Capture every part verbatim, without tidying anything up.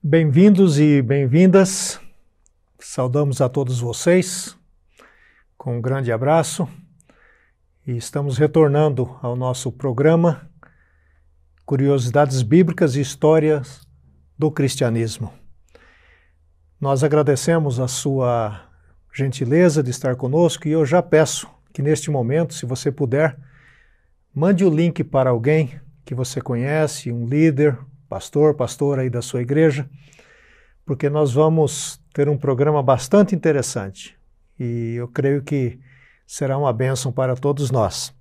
Bem-vindos e bem-vindas, saudamos a todos vocês com um grande abraço e estamos retornando ao nosso programa Curiosidades Bíblicas e Histórias do Cristianismo. Nós agradecemos a sua gentileza de estar conosco e eu já peço que neste momento, se você puder, mande o link para alguém que você conhece, um líder, pastor, pastora aí da sua igreja, porque nós vamos ter um programa bastante interessante e eu creio que será uma bênção para todos nós.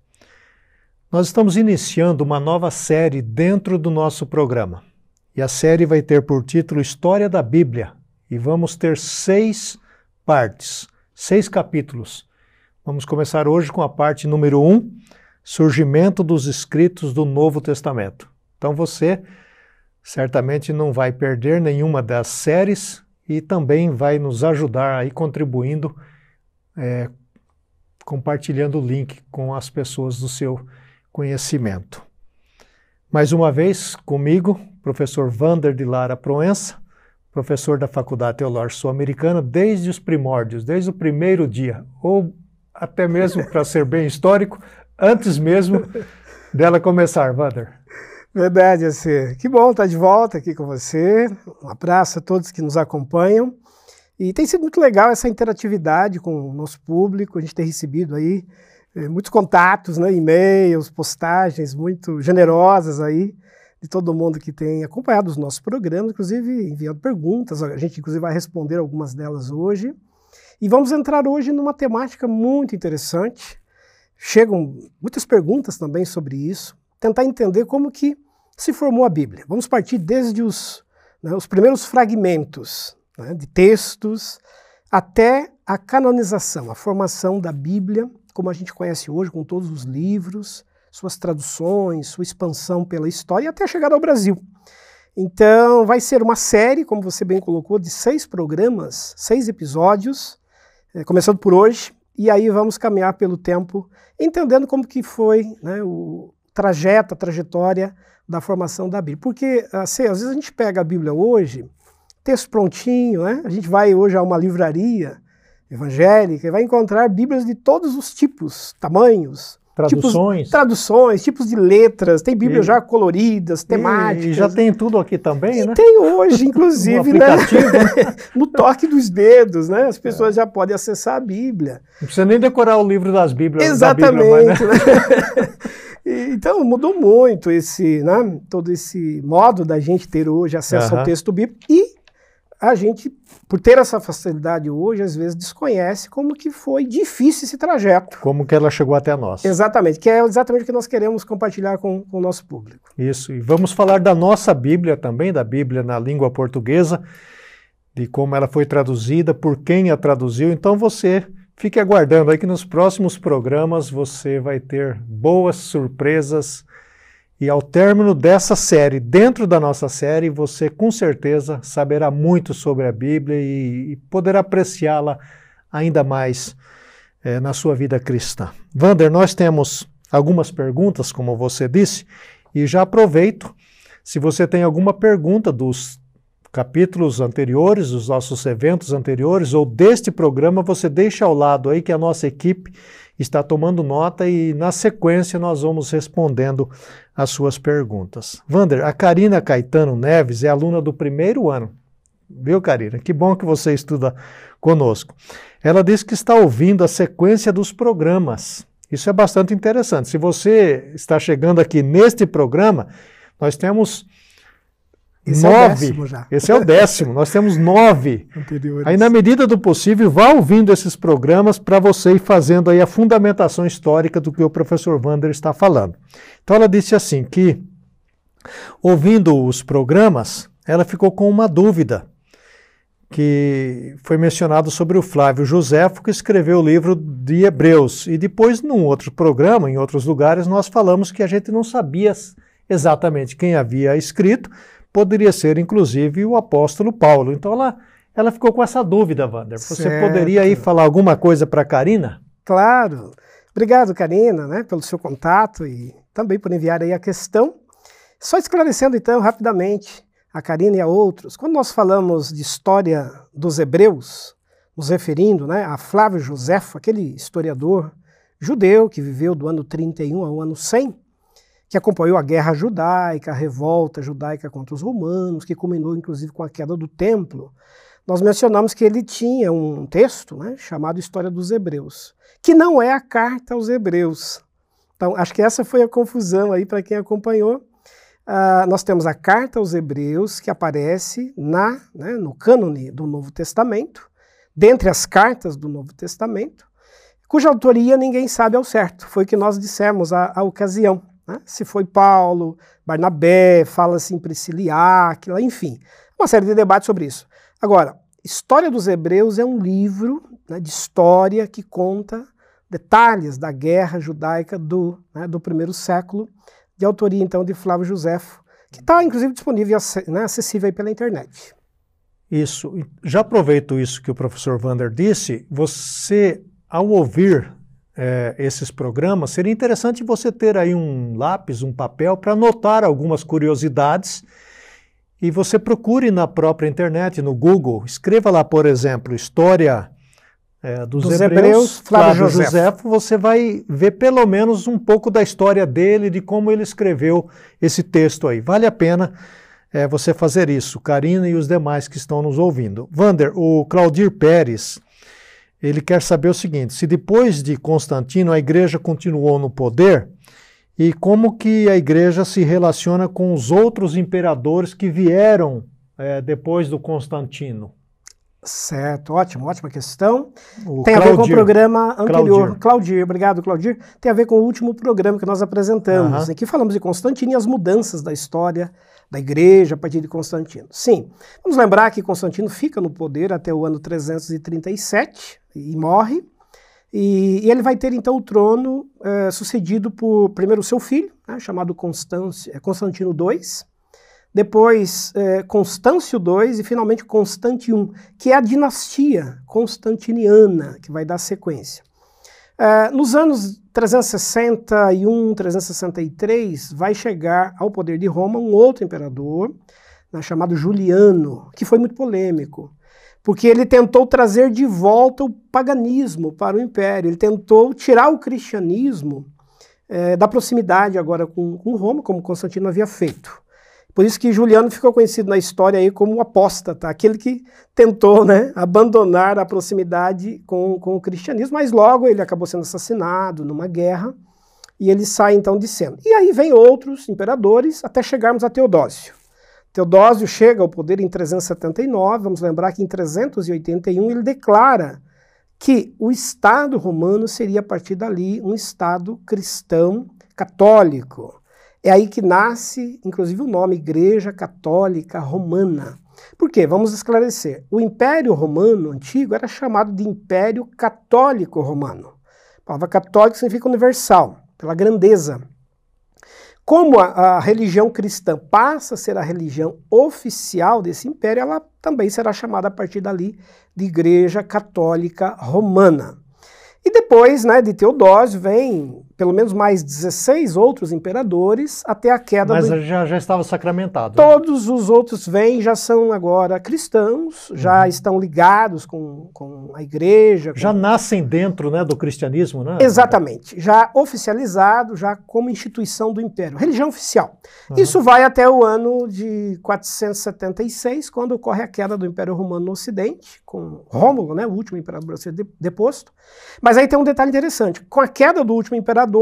Nós estamos iniciando uma nova série dentro do nosso programa e a série vai ter por título História da Bíblia e vamos ter seis partes, seis capítulos. Vamos começar hoje com a parte número um, Surgimento dos Escritos do Novo Testamento. Então você certamente não vai perder nenhuma das séries e também vai nos ajudar aí contribuindo, é, compartilhando o link com as pessoas do seu conhecimento. Mais uma vez comigo, professor Wander de Lara Proença, professor da Faculdade Teológica Sul-Americana desde os primórdios, desde o primeiro dia, ou até mesmo, para ser bem histórico, antes mesmo dela começar, Wander. Verdade, assim. Que bom estar de volta aqui com você. Um abraço a todos que nos acompanham. E tem sido muito legal essa interatividade com o nosso público. A gente tem recebido aí eh, muitos contatos, né, e-mails, postagens muito generosas aí de todo mundo que tem acompanhado os nossos programas, inclusive enviando perguntas. A gente, inclusive, vai responder algumas delas hoje. E vamos entrar hoje numa temática muito interessante. Chegam muitas perguntas também sobre isso. Tentar entender como que se formou a Bíblia. Vamos partir desde os, né, os primeiros fragmentos, né, de textos até a canonização, a formação da Bíblia, como a gente conhece hoje, com todos os livros, suas traduções, sua expansão pela história e até a chegada ao Brasil. Então vai ser uma série, como você bem colocou, de seis programas, seis episódios, é, começando por hoje, e aí vamos caminhar pelo tempo, entendendo como que foi, né, o trajeto, a trajetória da formação da Bíblia. Porque, assim, às vezes a gente pega a Bíblia hoje, texto prontinho, né? A gente vai hoje a uma livraria evangélica e vai encontrar Bíblias de todos os tipos, tamanhos, Traduções. Tipos, traduções, tipos de letras, tem Bíblias e, já coloridas, temáticas. E já tem tudo aqui também, e né? Tem hoje, inclusive, né? No toque dos dedos, né? As pessoas é. já podem acessar a Bíblia. Não precisa nem decorar o livro das Bíblias. Exatamente. Da Bíblia, mas, né? Então, mudou muito esse, né? Todo esse modo da gente ter hoje acesso uhum. ao texto bíblico e a gente, por ter essa facilidade hoje, às vezes desconhece como que foi difícil esse trajeto. Como que ela chegou até nós. Exatamente, que é exatamente o que nós queremos compartilhar com, com o nosso público. Isso, e vamos falar da nossa Bíblia também, da Bíblia na língua portuguesa, de como ela foi traduzida, por quem a traduziu. Então você fique aguardando aí que nos próximos programas você vai ter boas surpresas. E ao término dessa série, dentro da nossa série, você com certeza saberá muito sobre a Bíblia e, e poderá apreciá-la ainda mais é, na sua vida cristã. Wander, nós temos algumas perguntas, como você disse, e já aproveito, se você tem alguma pergunta dos capítulos anteriores, dos nossos eventos anteriores, ou deste programa, você deixa ao lado aí que a nossa equipe está tomando nota e na sequência nós vamos respondendo as suas perguntas. Wander, a Karina Caetano Neves é aluna do primeiro ano. Viu, Karina? Que bom que você estuda conosco. Ela disse que está ouvindo a sequência dos programas. Isso é bastante interessante. Se você está chegando aqui neste programa, nós temos Esse nove. É o décimo já. Esse é o décimo. Nós temos nove. Anteriores. Aí, na medida do possível, vá ouvindo esses programas para você ir fazendo aí a fundamentação histórica do que o professor Wander está falando. Então, ela disse assim que, ouvindo os programas, ela ficou com uma dúvida, que foi mencionado sobre o Flávio Joséfo, que escreveu o livro de Hebreus. E depois, num outro programa, em outros lugares, nós falamos que a gente não sabia exatamente quem havia escrito, poderia ser, inclusive, o apóstolo Paulo. Então, ela, ela ficou com essa dúvida, Wander. Você certo. Poderia aí falar alguma coisa para a Karina? Claro. Obrigado, Karina, né, pelo seu contato e também por enviar aí a questão. Só esclarecendo, então, rapidamente, a Karina e a outros, quando nós falamos de história dos hebreus, nos referindo, né, a Flávio Josefo, aquele historiador judeu que viveu do ano trinta e um ao ano cem, que acompanhou a guerra judaica, a revolta judaica contra os romanos, que culminou inclusive com a queda do templo, nós mencionamos que ele tinha um texto, né, chamado História dos Hebreus, que não é a carta aos Hebreus. Então, acho que essa foi a confusão aí para quem acompanhou. Uh, nós temos a carta aos Hebreus, que aparece na, né, no cânone do Novo Testamento, dentre as cartas do Novo Testamento, cuja autoria ninguém sabe ao certo. Foi o que nós dissemos à, à ocasião. Né? Se foi Paulo, Barnabé, fala-se em Priscila e Áquila, enfim, uma série de debates sobre isso. Agora, História dos Hebreus é um livro, né, de história que conta detalhes da guerra judaica do, né, do primeiro século, de autoria então de Flávio Josefo, que está inclusive disponível, né, acessível aí pela internet. Isso. Já aproveito isso que o professor Wander disse, você, ao ouvir é, esses programas, seria interessante você ter aí um lápis, um papel, para anotar algumas curiosidades. E você procure na própria internet, no Google, escreva lá, por exemplo, História é, dos, dos Hebreus, Hebreus Flávio, Flávio Josefo. Josefo, você vai ver pelo menos um pouco da história dele, de como ele escreveu esse texto aí. Vale a pena é, você fazer isso, Karina e os demais que estão nos ouvindo. Wander, o Claudir Pérez, ele quer saber o seguinte, se depois de Constantino a igreja continuou no poder, e como que a igreja se relaciona com os outros imperadores que vieram é, depois do Constantino? Certo, ótimo, ótima questão. O Tem Claudir. a ver com o programa anterior. Claudir. Claudir, obrigado, Claudir. Tem a ver com o último programa que nós apresentamos, Uhum. em que falamos de Constantino e as mudanças da história da igreja a partir de Constantino. Sim, vamos lembrar que Constantino fica no poder até o ano trezentos e trinta e sete e morre. E, e ele vai ter, então, o trono é, sucedido por, primeiro, o seu filho, né, chamado Constâncio, é, Constantino dois, depois é, Constâncio dois e, finalmente, Constante I, que é a dinastia constantiniana, que vai dar sequência. É, nos anos trezentos e sessenta e um, trezentos e sessenta e três, vai chegar ao poder de Roma um outro imperador, né, chamado Juliano, que foi muito polêmico, porque ele tentou trazer de volta o paganismo para o império, ele tentou tirar o cristianismo é, da proximidade agora com, com Roma, como Constantino havia feito. Por isso que Juliano ficou conhecido na história aí como o apóstata, aquele que tentou, né, abandonar a proximidade com, com o cristianismo, mas logo ele acabou sendo assassinado numa guerra e ele sai então de cena. E aí vem outros imperadores até chegarmos a Teodósio. Teodósio chega ao poder em trezentos e setenta e nove, vamos lembrar que em trezentos e oitenta e um ele declara que o Estado romano seria a partir dali um Estado cristão católico. É aí que nasce, inclusive, o nome Igreja Católica Romana. Por quê? Vamos esclarecer. O Império Romano antigo era chamado de Império Católico Romano. A palavra católico significa universal, pela grandeza. Como a, a religião cristã passa a ser a religião oficial desse império, ela também será chamada a partir dali de Igreja Católica Romana. E depois, né, de Teodósio, vem pelo menos mais dezesseis outros imperadores até a queda Mas do... Mas já, já estava sacramentado. Todos os outros vêm, já são agora cristãos, já uhum. estão ligados com, com a igreja. Com... Já nascem dentro, né, do cristianismo, né? Exatamente, já oficializado, já como instituição do império, religião oficial. Uhum. Isso vai até o ano de quatrocentos e setenta e seis, quando ocorre a queda do Império Romano no Ocidente, com Rômulo, né, o último imperador a ser deposto. Mas aí tem um detalhe interessante, com a queda do último imperador,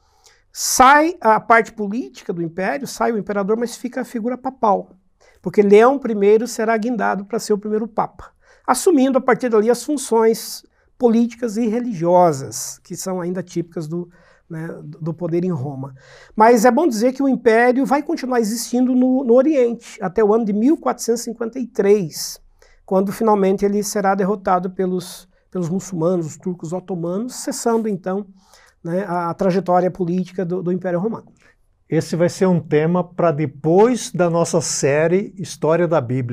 sai a parte política do império, sai o imperador, mas fica a figura papal, porque Leão I será guindado para ser o primeiro papa, assumindo a partir dali as funções políticas e religiosas, que são ainda típicas do, né, do poder em Roma. Mas é bom dizer que o império vai continuar existindo no, no Oriente, até o ano de mil quatrocentos e cinquenta e três, quando finalmente ele será derrotado pelos, pelos muçulmanos, os turcos otomanos, cessando então, né, a, a trajetória política do, do Império Romano. Esse vai ser um tema para depois da nossa série História da Bíblia,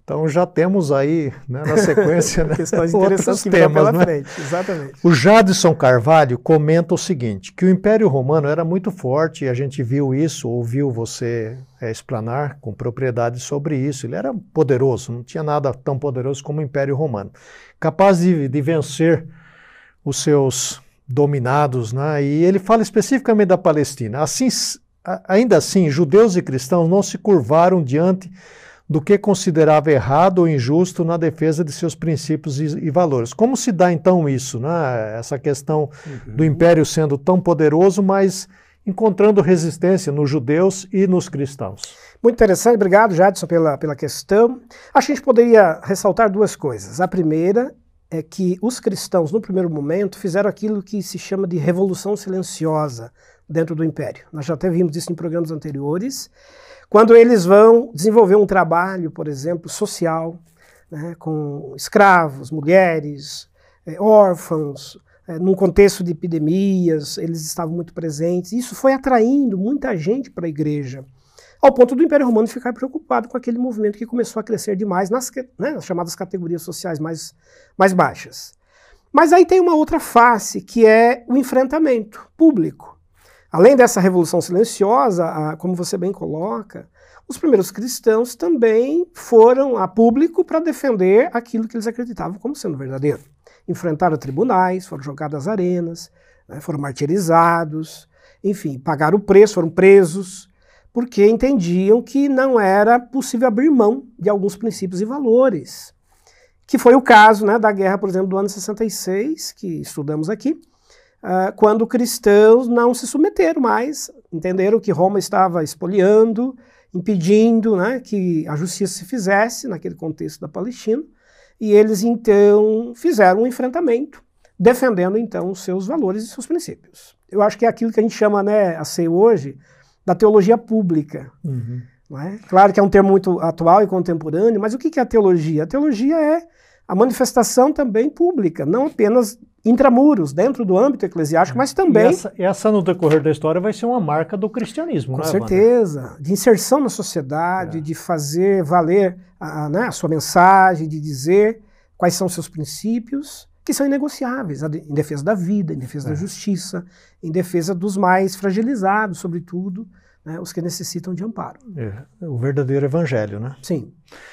Então já temos aí, né, na sequência, né, questões interessantes que temas, pela né? frente. Exatamente. O Jadson Carvalho comenta o seguinte, que o Império Romano era muito forte, e a gente viu isso, ouviu você é, explanar com propriedade sobre isso. Ele era poderoso, não tinha nada tão poderoso como o Império Romano. Capaz de, de vencer os seus dominados, né? E ele fala especificamente da Palestina. Assim, ainda assim, judeus e cristãos não se curvaram diante do que considerava errado ou injusto na defesa de seus princípios e, e valores. Como se dá então isso, né? Essa questão uhum. do Império sendo tão poderoso, mas encontrando resistência nos judeus e nos cristãos? Muito interessante, obrigado, Jadson, pela, pela questão. Acho que a gente poderia ressaltar duas coisas. A primeira é que os cristãos, no primeiro momento, fizeram aquilo que se chama de revolução silenciosa dentro do Império. Nós já até vimos isso em programas anteriores. Quando eles vão desenvolver um trabalho, por exemplo, social, né, com escravos, mulheres, é, órfãos, é, num contexto de epidemias, eles estavam muito presentes. Isso foi atraindo muita gente para a igreja, ao ponto do Império Romano ficar preocupado com aquele movimento que começou a crescer demais nas, né, nas chamadas categorias sociais mais, mais baixas. Mas aí tem uma outra face, que é o enfrentamento público. Além dessa revolução silenciosa, como você bem coloca, os primeiros cristãos também foram a público para defender aquilo que eles acreditavam como sendo verdadeiro. Enfrentaram tribunais, foram jogados às arenas, né, foram martirizados, enfim, pagaram o preço, foram presos, porque entendiam que não era possível abrir mão de alguns princípios e valores. Que foi o caso, né, da guerra, por exemplo, do ano sessenta e seis, que estudamos aqui, Uh, quando cristãos não se submeteram mais, entenderam que Roma estava espoliando, impedindo, né, que a justiça se fizesse naquele contexto da Palestina, e eles então fizeram um enfrentamento, defendendo então os seus valores e seus princípios. Eu acho que é aquilo que a gente chama, né, a ser hoje, da teologia pública. Uhum. Não é? Claro que é um termo muito atual e contemporâneo, mas o que é a teologia? A teologia é a manifestação também pública, não apenas intramuros, dentro do âmbito eclesiástico, mas também... E essa, essa, no decorrer da história, vai ser uma marca do cristianismo, Com né, certeza, Wander? De inserção na sociedade, é. de fazer valer a, né, a sua mensagem, de dizer quais são os seus princípios, que são inegociáveis, em defesa da vida, em defesa é. da justiça, em defesa dos mais fragilizados, sobretudo, né, os que necessitam de amparo. É. O verdadeiro evangelho, né? Sim.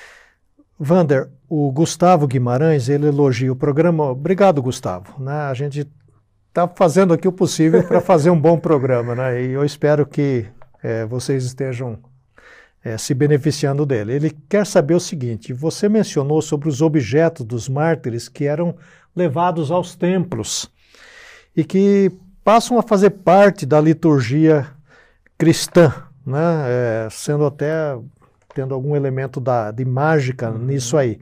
Wander, o Gustavo Guimarães, ele elogia o programa. Obrigado, Gustavo. Né? A gente está fazendo aqui o possível para fazer um bom programa, né? E eu espero que é, vocês estejam é, se beneficiando dele. Ele quer saber o seguinte, você mencionou sobre os objetos dos mártires que eram levados aos templos e que passam a fazer parte da liturgia cristã, né? É, sendo até... tendo algum elemento da, de mágica uhum. nisso aí.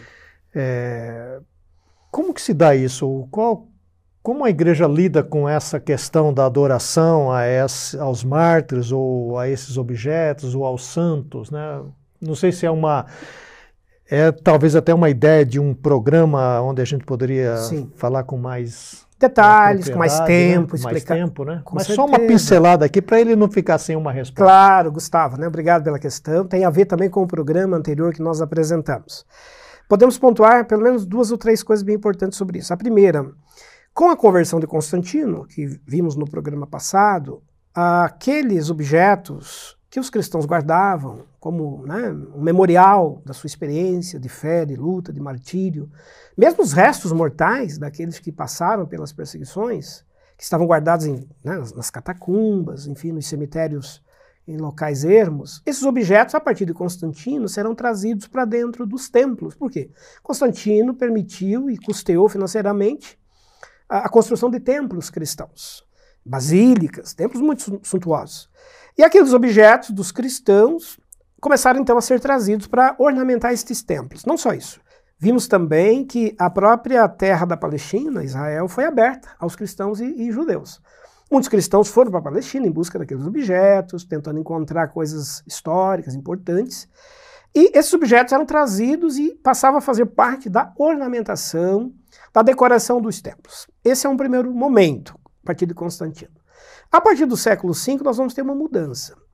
É, como que se dá isso? Qual, como a igreja lida com essa questão da adoração a esse, aos mártires, ou a esses objetos, ou aos santos, né? Não sei se é uma... É talvez até uma ideia de um programa onde a gente poderia Sim. falar com mais... detalhes, com mais tempo, né? explicar. Mais tempo, né? Com Mas certeza. Só uma pincelada aqui para ele não ficar sem uma resposta. Claro, Gustavo, né? Obrigado pela questão. Tem a ver também com o programa anterior que nós apresentamos. Podemos pontuar pelo menos duas ou três coisas bem importantes sobre isso. A primeira, com a conversão de Constantino, que vimos no programa passado, aqueles objetos que os cristãos guardavam como, né, um memorial da sua experiência de fé, de luta, de martírio, mesmo os restos mortais daqueles que passaram pelas perseguições, que estavam guardados em, né, nas catacumbas, enfim, nos cemitérios em locais ermos, esses objetos, a partir de Constantino, serão trazidos para dentro dos templos. Por quê? Constantino permitiu e custeou financeiramente a, a construção de templos cristãos, basílicas, templos muito suntuosos. E aqueles objetos dos cristãos começaram então a ser trazidos para ornamentar estes templos. Não só isso. Vimos também que a própria terra da Palestina, Israel, foi aberta aos cristãos e, e judeus. Muitos cristãos foram para a Palestina em busca daqueles objetos, tentando encontrar coisas históricas importantes. E esses objetos eram trazidos e passavam a fazer parte da ornamentação, da decoração dos templos. Esse é um primeiro momento, a partir de Constantino. A partir do século cinco, nós vamos ter uma mudança.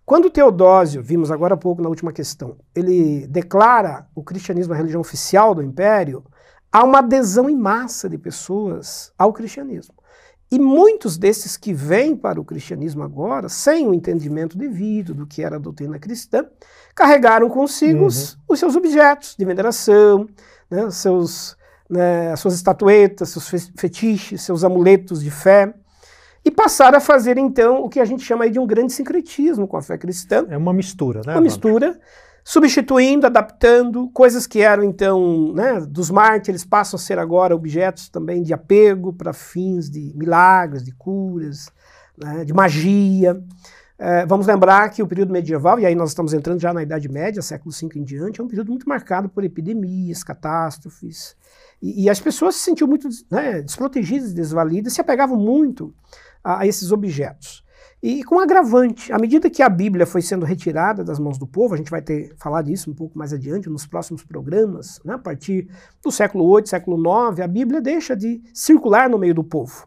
Quando Teodósio, vimos agora há pouco na última questão, ele declara o cristianismo a religião oficial do Império, há uma adesão em massa de pessoas ao cristianismo. E muitos desses que vêm para o cristianismo agora, sem o entendimento devido do que era a doutrina cristã, carregaram consigo uhum. os, os seus objetos de veneração, né, seus, né, suas estatuetas, seus fetiches, seus amuletos de fé, e passaram a fazer, então, o que a gente chama aí de um grande sincretismo com a fé cristã. É uma mistura, né? Uma mistura, substituindo, adaptando, coisas que eram, então, né, dos mártires, passam a ser agora objetos também de apego para fins de milagres, de curas, né, de magia. É, vamos lembrar que o período medieval, e aí nós estamos entrando já na Idade Média, século cinco em diante, é um período muito marcado por epidemias, catástrofes, e, e as pessoas se sentiam muito, né, desprotegidas e desvalidas, se apegavam muito a, a esses objetos. E com um agravante, à medida que a Bíblia foi sendo retirada das mãos do povo, a gente vai ter falar disso um pouco mais adiante, nos próximos programas, né, a partir do século oito, século nove, a Bíblia deixa de circular no meio do povo.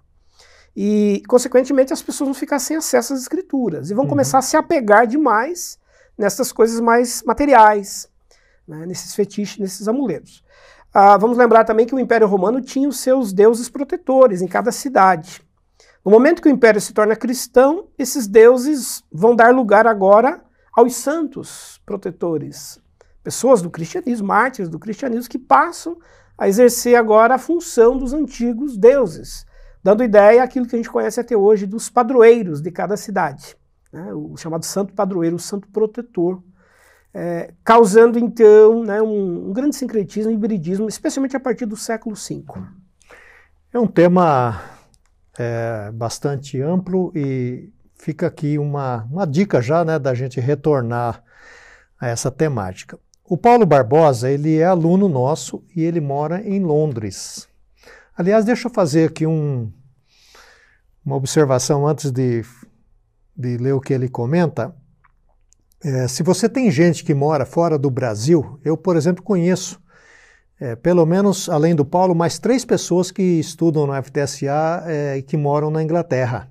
E, consequentemente, as pessoas vão ficar sem acesso às escrituras e vão uhum. começar a se apegar demais nessas coisas mais materiais, né, nesses fetiches, nesses amuletos. Ah, vamos lembrar também que o Império Romano tinha os seus deuses protetores em cada cidade. No momento que o Império se torna cristão, esses deuses vão dar lugar agora aos santos protetores, pessoas do cristianismo, mártires do cristianismo, que passam a exercer agora a função dos antigos deuses, dando ideia àquilo que a gente conhece até hoje dos padroeiros de cada cidade, né, o chamado santo padroeiro, o santo protetor, é, causando então, né, um, um grande sincretismo e hibridismo, especialmente a partir do século cinco. É um tema é, bastante amplo e fica aqui uma, uma dica já, né, da gente retornar a essa temática. O Paulo Barbosa, ele é aluno nosso e ele mora em Londres. Aliás, deixa eu fazer aqui um, uma observação antes de, de ler o que ele comenta. É, se você tem gente que mora fora do Brasil, eu, por exemplo, conheço, é, pelo menos, além do Paulo, mais três pessoas que estudam no F T S A é, e que moram na Inglaterra.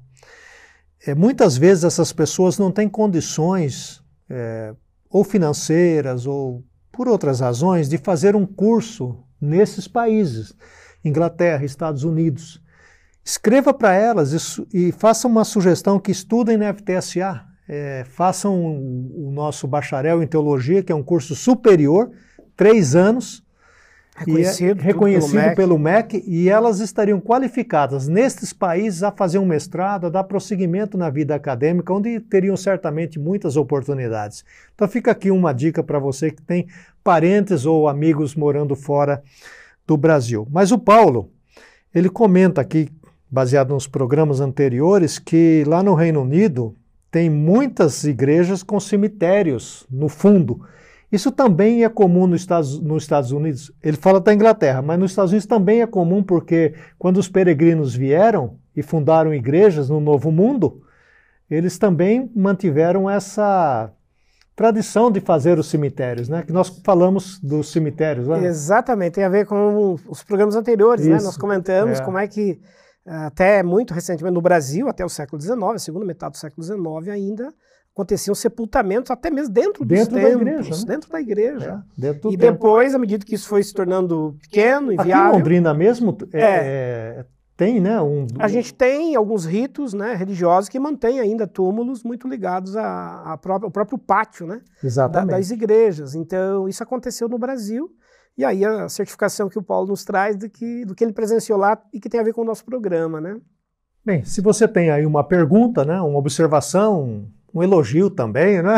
É, muitas vezes essas pessoas não têm condições, é, ou financeiras, ou por outras razões, de fazer um curso nesses países. Inglaterra, Estados Unidos. Escreva para elas isso, e faça uma sugestão que estudem na F T S A. É, façam o, o nosso bacharel em teologia, que é um curso superior, três anos, reconhecido, e é reconhecido pelo M E C, e elas estariam qualificadas nestes países a fazer um mestrado, a dar prosseguimento na vida acadêmica, onde teriam certamente muitas oportunidades. Então fica aqui uma dica para você que tem parentes ou amigos morando fora do Brasil. Mas o Paulo, ele comenta aqui, baseado nos programas anteriores, que lá no Reino Unido tem muitas igrejas com cemitérios no fundo. Isso também é comum nos Estados, nos Estados Unidos. Ele fala da Inglaterra, mas nos Estados Unidos também é comum, porque quando os peregrinos vieram e fundaram igrejas no Novo Mundo, eles também mantiveram essa tradição de fazer os cemitérios, né? Que nós falamos dos cemitérios, né? Exatamente, tem a ver com os programas anteriores, né? Nós comentamos é. como é que até muito recentemente no Brasil, até o século dezenove, a segunda metade do século dezenove ainda, aconteciam sepultamentos até mesmo dentro, dentro dos da templos, igreja, né? dentro da igreja. É, dentro do e templo. Depois, à medida que isso foi se tornando pequeno e Aqui viável... em Londrina mesmo é, é, é, tem, né? Um... A gente tem alguns ritos, né, religiosos que mantêm ainda túmulos muito ligados a, a própria, ao próprio pátio, né, Exatamente. Da, das igrejas. Então, isso aconteceu no Brasil. E aí a certificação que o Paulo nos traz do que, do que ele presenciou lá e que tem a ver com o nosso programa, né? Bem, se você tem aí uma pergunta, né, uma observação, um elogio também, né?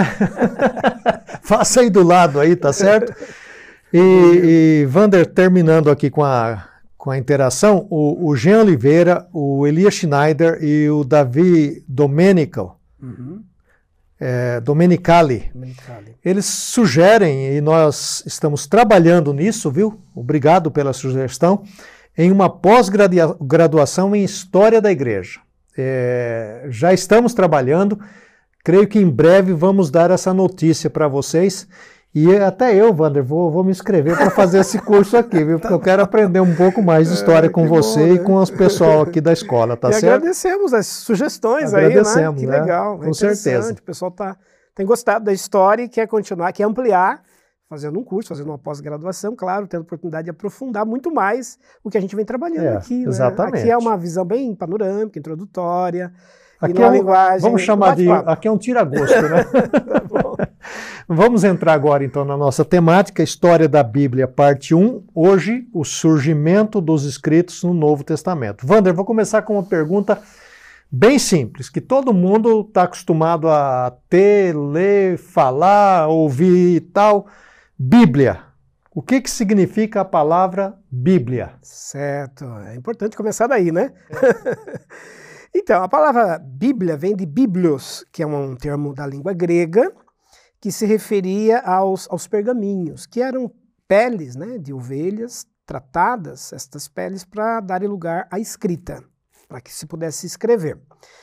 Faça aí do lado aí, tá certo? E, e Vander, terminando aqui com a, com a interação, o, o Jean Oliveira, o Elias Schneider e o Davi Domenico, uhum. é, Domenicali, Domenicali, eles sugerem, e nós estamos trabalhando nisso, viu? Obrigado pela sugestão, em uma pós-graduação em História da Igreja. É, já estamos trabalhando, creio que em breve vamos dar essa notícia para vocês, e até eu, Vander, vou, vou me inscrever para fazer esse curso aqui, viu? Porque eu quero aprender um pouco mais de história é, com você bom, né? E com o pessoal aqui da escola, tá e certo? agradecemos as sugestões agradecemos, aí, né? Que né? legal, com certeza. O pessoal está tem gostado da história e quer continuar, quer ampliar, fazendo um curso, fazendo uma pós-graduação, claro, tendo oportunidade de aprofundar muito mais o que a gente vem trabalhando é, aqui. Exatamente. Né? Aqui é uma visão bem panorâmica, introdutória. Aqui é um, linguagem, vamos chamar de, aqui é um tira-gosto, né? Tá bom. Vamos entrar agora então na nossa temática, História da Bíblia, parte um, hoje o surgimento dos escritos no Novo Testamento. Wander, vou começar com uma pergunta bem simples, que todo mundo está acostumado a ter, ler, falar, ouvir e tal. Bíblia. O que, que significa a palavra Bíblia? Certo, é importante começar daí, né? É. Então, a palavra Bíblia vem de biblios, que é um termo da língua grega, que se referia aos, aos pergaminhos, que eram peles, né, de ovelhas tratadas, estas peles, para darem lugar à escrita, para que se pudesse escrever.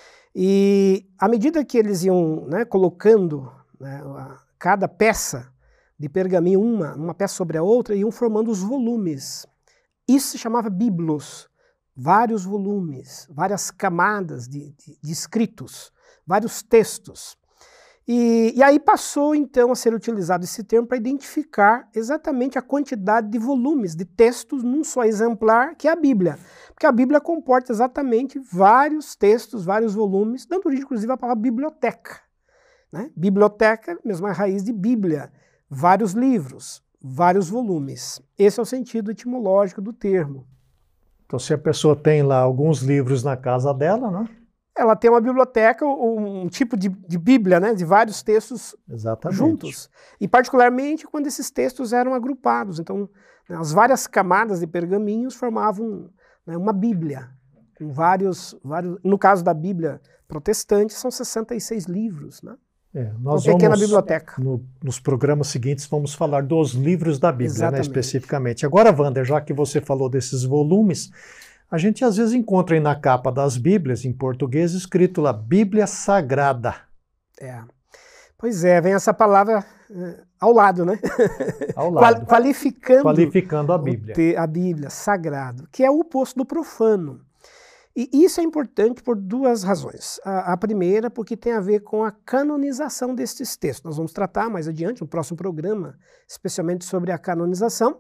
E à medida que eles iam, né, colocando, né, cada peça de pergaminho, uma, uma peça sobre a outra, iam formando os volumes. Isso se chamava biblos. Vários volumes, várias camadas de, de, de escritos, vários textos. E, e aí passou, então, a ser utilizado esse termo para identificar exatamente a quantidade de volumes, de textos num só exemplar, que é a Bíblia. Porque a Bíblia comporta exatamente vários textos, vários volumes, dando origem, inclusive, à palavra biblioteca. Né? Biblioteca, mesmo a raiz de Bíblia, vários livros, vários volumes. Esse é o sentido etimológico do termo. Então, se a pessoa tem lá alguns livros na casa dela, né? Ela tem uma biblioteca, um tipo de, de Bíblia, né? De vários textos Exatamente. juntos. E particularmente quando esses textos eram agrupados. Então, né, as várias camadas de pergaminhos formavam, né, uma Bíblia. Com vários, vários, no caso da Bíblia protestante, são sessenta e seis livros, né? É, nós uma pequena vamos, biblioteca. No, nos programas seguintes vamos falar dos livros da Bíblia, né, especificamente. Agora, Wander, já que você falou desses volumes, a gente às vezes encontra aí na capa das Bíblias, em português, escrito lá, Bíblia Sagrada. É. Pois é, vem essa palavra uh, ao lado, né? Ao lado. Qualificando, Qualificando a Bíblia. Te, a Bíblia, sagrado, que é o oposto do profano. E isso é importante por duas razões. A, a primeira, porque tem a ver com a canonização destes textos. Nós vamos tratar mais adiante, no próximo programa, especialmente sobre a canonização,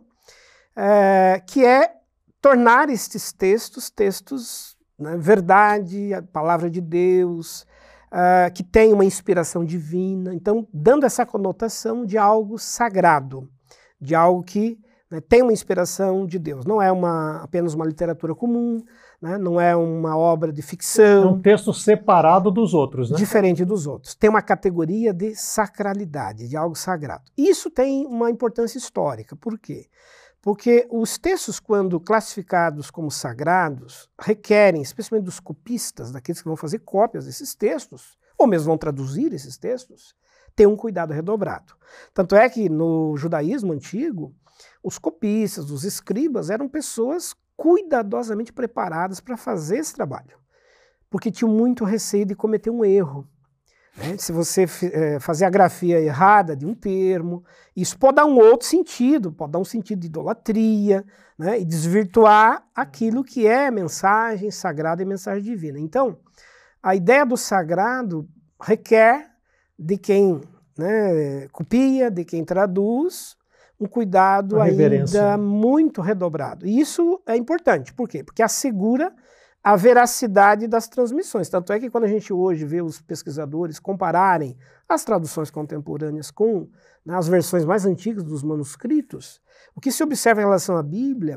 é, que é tornar estes textos, textos, né, verdade, a palavra de Deus, é, que tem uma inspiração divina. Então, dando essa conotação de algo sagrado, de algo que, né, tem uma inspiração de Deus. Não é uma, apenas uma literatura comum, né? Não é uma obra de ficção. É um texto separado dos outros, né? Diferente dos outros. Tem uma categoria de sacralidade, de algo sagrado. Isso tem uma importância histórica. Por quê? Porque os textos, quando classificados como sagrados, requerem, especialmente dos copistas, daqueles que vão fazer cópias desses textos, ou mesmo vão traduzir esses textos, ter um cuidado redobrado. Tanto é que no judaísmo antigo, os copistas, os escribas, eram pessoas cuidadosamente preparadas para fazer esse trabalho, porque tinham muito receio de cometer um erro. Né? Se você é, fazer a grafia errada de um termo, isso pode dar um outro sentido, pode dar um sentido de idolatria, né? E desvirtuar aquilo que é mensagem sagrada e mensagem divina. Então, a ideia do sagrado requer de quem, né, copia, de quem traduz, um cuidado ainda muito redobrado. E isso é importante. Por quê? Porque assegura a veracidade das transmissões. Tanto é que quando a gente hoje vê os pesquisadores compararem as traduções contemporâneas com, né, as versões mais antigas dos manuscritos, o que se observa em relação à Bíblia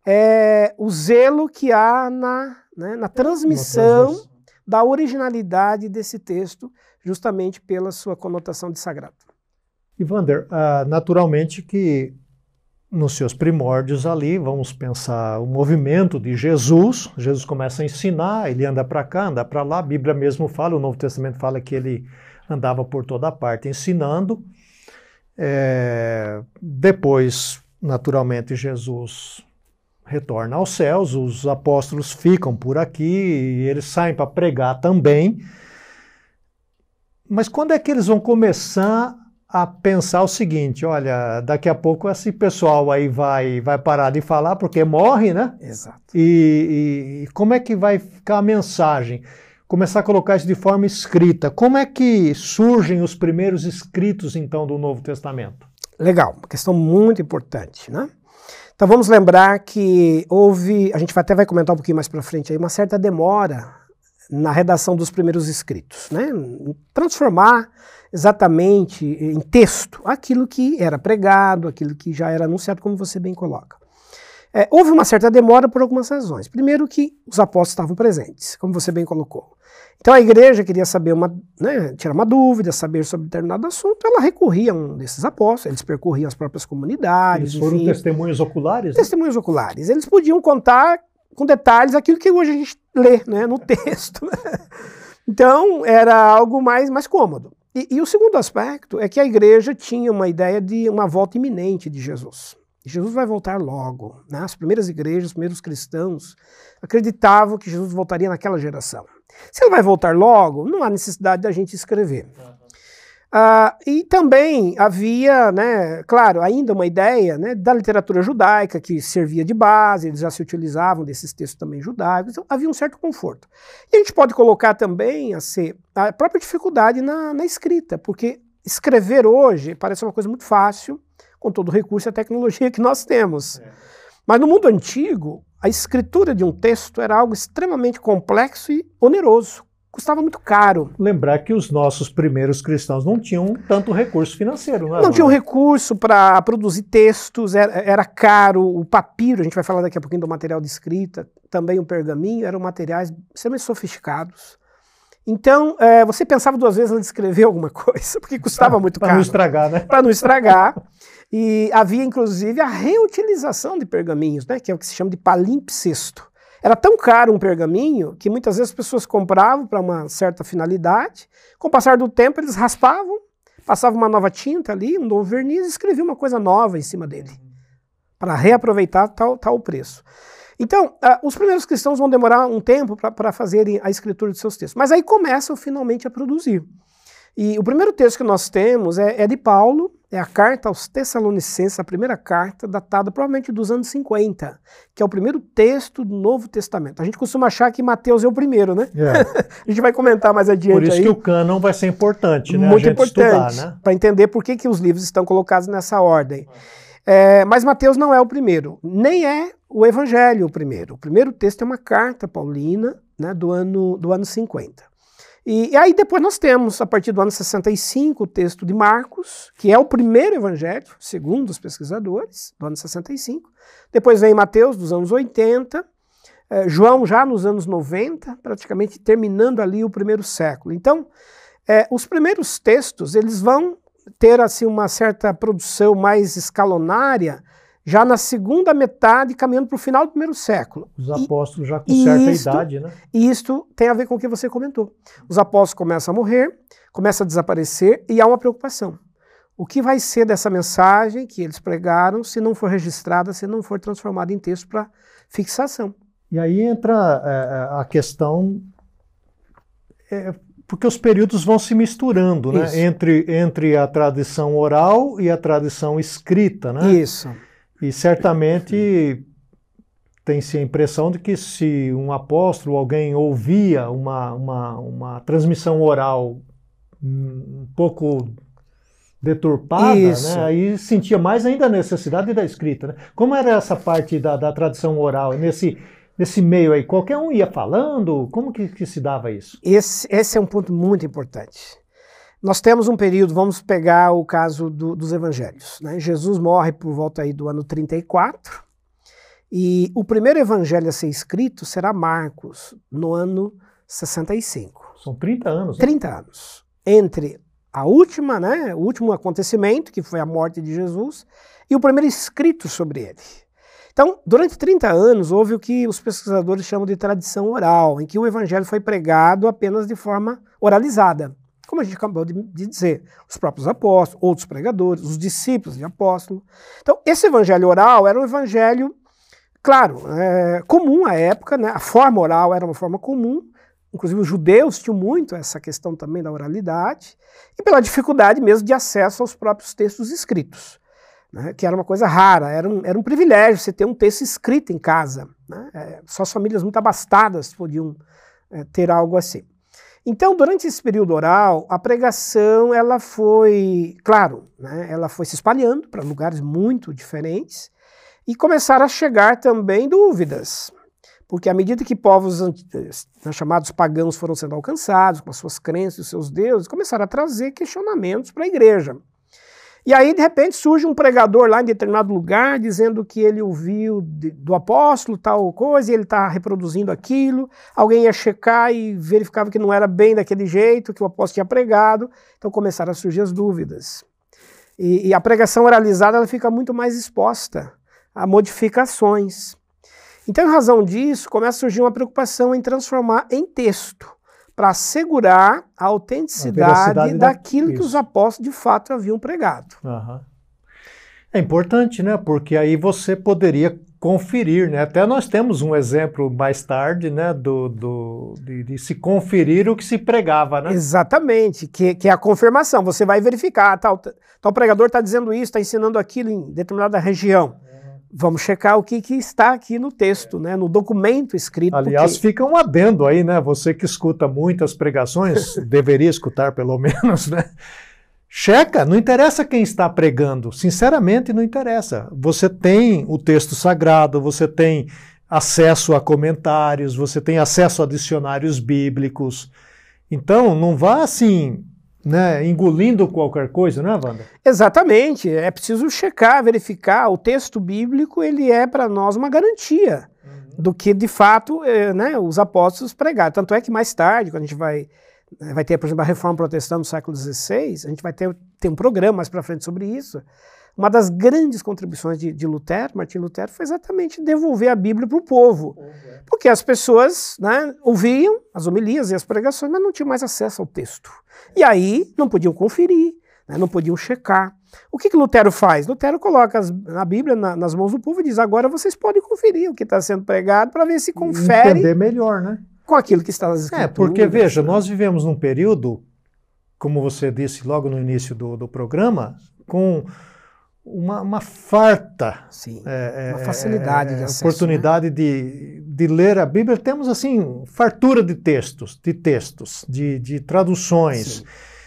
é o zelo que há na, né, na transmissão da originalidade desse texto, justamente pela sua conotação de sagrado. E, Wander, uh, naturalmente que nos seus primórdios ali, vamos pensar o movimento de Jesus, Jesus começa a ensinar, ele anda para cá, anda para lá, a Bíblia mesmo fala, o Novo Testamento fala que ele andava por toda parte ensinando. É, depois, naturalmente, Jesus retorna aos céus, os apóstolos ficam por aqui, e eles saem para pregar também. Mas quando é que eles vão começar a pensar o seguinte, olha, daqui a pouco esse pessoal aí vai, vai parar de falar porque morre, né? Exato. E, e como é que vai ficar a mensagem? começar a colocar isso de forma escrita. Como é que surgem os primeiros escritos, então, do Novo Testamento? Legal, uma questão muito importante, né? Então vamos lembrar que houve, a gente até vai comentar um pouquinho mais para frente aí, uma certa demora na redação dos primeiros escritos, né? Transformar exatamente em texto aquilo que era pregado, aquilo que já era anunciado, como você bem coloca. É, houve uma certa demora por algumas razões. Primeiro que os apóstolos estavam presentes, como você bem colocou. Então a igreja queria saber uma, né, tirar uma dúvida, saber sobre determinado assunto, ela recorria a um desses apóstolos, eles percorriam as próprias comunidades. Eles foram enfim, testemunhos oculares? Testemunhos né? oculares. Eles podiam contar com detalhes aquilo que hoje a gente lê, né, no texto. Então era algo mais, mais cômodo. E, e o segundo aspecto é que a igreja tinha uma ideia de uma volta iminente de Jesus. Jesus vai voltar logo. Né? As primeiras igrejas, os primeiros cristãos acreditavam que Jesus voltaria naquela geração. Se ele vai voltar logo, não há necessidade da gente escrever. Uhum. Ah, e também havia, né, claro, ainda uma ideia, né, da literatura judaica que servia de base, eles já se utilizavam desses textos também judaicos, então havia um certo conforto. E a gente pode colocar também a, ser, a própria dificuldade na, na escrita, porque escrever hoje parece uma coisa muito fácil, com todo o recurso e a tecnologia que nós temos. É. Mas no mundo antigo, a escritura de um texto era algo extremamente complexo e oneroso. Custava muito caro. Lembrar que os nossos primeiros cristãos não tinham tanto recurso financeiro, não é? Não tinham recurso para produzir textos, era, era caro. O papiro, a gente vai falar daqui a pouquinho do material de escrita, também o pergaminho, eram materiais extremamente sofisticados. Então, é, você pensava duas vezes antes de escrever alguma coisa, porque custava pra, muito pra caro. Para não estragar, né? Para não estragar. E havia, inclusive, a reutilização de pergaminhos, né, que é o que se chama de palimpsesto. Era tão caro um pergaminho que muitas vezes as pessoas compravam para uma certa finalidade, com o passar do tempo eles raspavam, passavam uma nova tinta ali, um novo verniz e escreviam uma coisa nova em cima dele, para reaproveitar tal, tal preço. Então, uh, os primeiros cristãos vão demorar um tempo para fazerem a escritura de seus textos, mas aí começam finalmente a produzir. E o primeiro texto que nós temos é, é de Paulo, é a carta aos Tessalonicenses, a primeira carta, datada provavelmente dos anos cinquenta, que é o primeiro texto do Novo Testamento. A gente costuma achar que Mateus é o primeiro, né? É. A gente vai comentar mais adiante. Por isso aí. que o cânon vai ser importante, né? Muito a gente importante, estudar, né? Para entender por que, que os livros estão colocados nessa ordem. É, mas Mateus não é o primeiro, nem é o Evangelho o primeiro. O primeiro texto é uma carta paulina, né, do ano, do ano cinquenta. E, e aí depois nós temos, a partir do ano sessenta e cinco, o texto de Marcos, que é o primeiro evangelho, segundo os pesquisadores, do ano sessenta e cinco. Depois vem Mateus, dos anos oitenta, eh, João já nos anos noventa, praticamente terminando ali o primeiro século. Então, eh, os primeiros textos, eles vão ter assim, uma certa produção mais escalonária, já na segunda metade, caminhando para o final do primeiro século. Os apóstolos e, já com certa isto, idade, né? E isto tem a ver com o que você comentou. Os apóstolos começam a morrer, começam a desaparecer e há uma preocupação. O que vai ser dessa mensagem que eles pregaram se não for registrada, se não for transformada em texto para fixação? E aí entra é, a questão... É, porque os períodos vão se misturando, né? Entre, entre a tradição oral e a tradição escrita, né? Isso. E certamente tem-se a impressão de que se um apóstolo, alguém ouvia uma, uma, uma transmissão oral um pouco deturpada, né, aí sentia mais ainda a necessidade da escrita. Né? Como era essa parte da, da tradição oral, nesse, nesse meio aí? Qualquer um ia falando? Como que, que se dava isso? Esse, esse é um ponto muito importante. Nós temos um período, vamos pegar o caso do, dos evangelhos. Né? Jesus morre por volta aí do ano trinta e quatro, e o primeiro evangelho a ser escrito será Marcos, no ano sessenta e cinco. São trinta anos. Né? trinta anos. Entre a última, né, o último acontecimento, que foi a morte de Jesus, e o primeiro escrito sobre ele. Então, durante trinta anos, houve o que os pesquisadores chamam de tradição oral, em que o evangelho foi pregado apenas de forma oralizada. Como a gente acabou de dizer, os próprios apóstolos, outros pregadores, os discípulos de apóstolo. Então, esse evangelho oral era um evangelho, claro, é, comum à época, né? A forma oral era uma forma comum, inclusive os judeus tinham muito essa questão também da oralidade, e pela dificuldade mesmo de acesso aos próprios textos escritos, né? Que era uma coisa rara, era um, era um privilégio você ter um texto escrito em casa. Né? É, só as famílias muito abastadas podiam é, ter algo assim. Então, durante esse período oral, a pregação ela foi, claro, né, ela foi se espalhando para lugares muito diferentes e começaram a chegar também dúvidas. Porque à medida que povos chamados pagãos foram sendo alcançados com as suas crenças e os seus deuses, começaram a trazer questionamentos para a igreja. E aí, de repente, surge um pregador lá em determinado lugar dizendo que ele ouviu de, do apóstolo tal coisa e ele está reproduzindo aquilo. Alguém ia checar e verificava que não era bem daquele jeito que o apóstolo tinha pregado. Então começaram a surgir as dúvidas. E, e a pregação oralizada ela fica muito mais exposta a modificações. Então, em razão disso, começa a surgir uma preocupação em transformar em texto, para assegurar a autenticidade a daquilo da... que os apóstolos de fato haviam pregado. Uhum. É importante, né? Porque aí você poderia conferir, né? Até nós temos um exemplo mais tarde, né? Do, do, de, de se conferir o que se pregava, né? Exatamente, que, que é a confirmação. Você vai verificar, tal, tal pregador está dizendo isso, está ensinando aquilo em determinada região. Vamos checar o que, que está aqui no texto, né, no documento escrito. Aliás, porque... fica um adendo aí, né? Você que escuta muitas pregações, deveria escutar pelo menos, né? Checa, não interessa quem está pregando, sinceramente não interessa. Você tem o texto sagrado, você tem acesso a comentários, você tem acesso a dicionários bíblicos. Então, não vá assim... Né, engolindo qualquer coisa, não é, Wanda? Exatamente, é preciso checar, verificar, o texto bíblico ele é para nós uma garantia uhum. do que de fato é, né, os apóstolos pregaram, tanto é que mais tarde, quando a gente vai, vai ter, por exemplo, a Reforma Protestante no século dezesseis, a gente vai ter, ter um programa mais para frente sobre isso. Uma das grandes contribuições de, de Lutero, Martim Lutero, foi exatamente devolver a Bíblia para o povo. Uhum. Porque as pessoas né, ouviam as homilias e as pregações, mas não tinham mais acesso ao texto. E aí não podiam conferir, né, não podiam checar. O que, que Lutero faz? Lutero coloca as, a Bíblia na, nas mãos do povo e diz, agora vocês podem conferir o que está sendo pregado para ver se confere entender melhor, né? com aquilo que está nas escrituras. É, porque veja, nós vivemos num período, como você disse logo no início do, do programa, com... Uma, uma farta Sim, é, uma facilidade é, de acesso, oportunidade né? de, de ler a Bíblia. Temos assim fartura de textos, de textos, de, de traduções.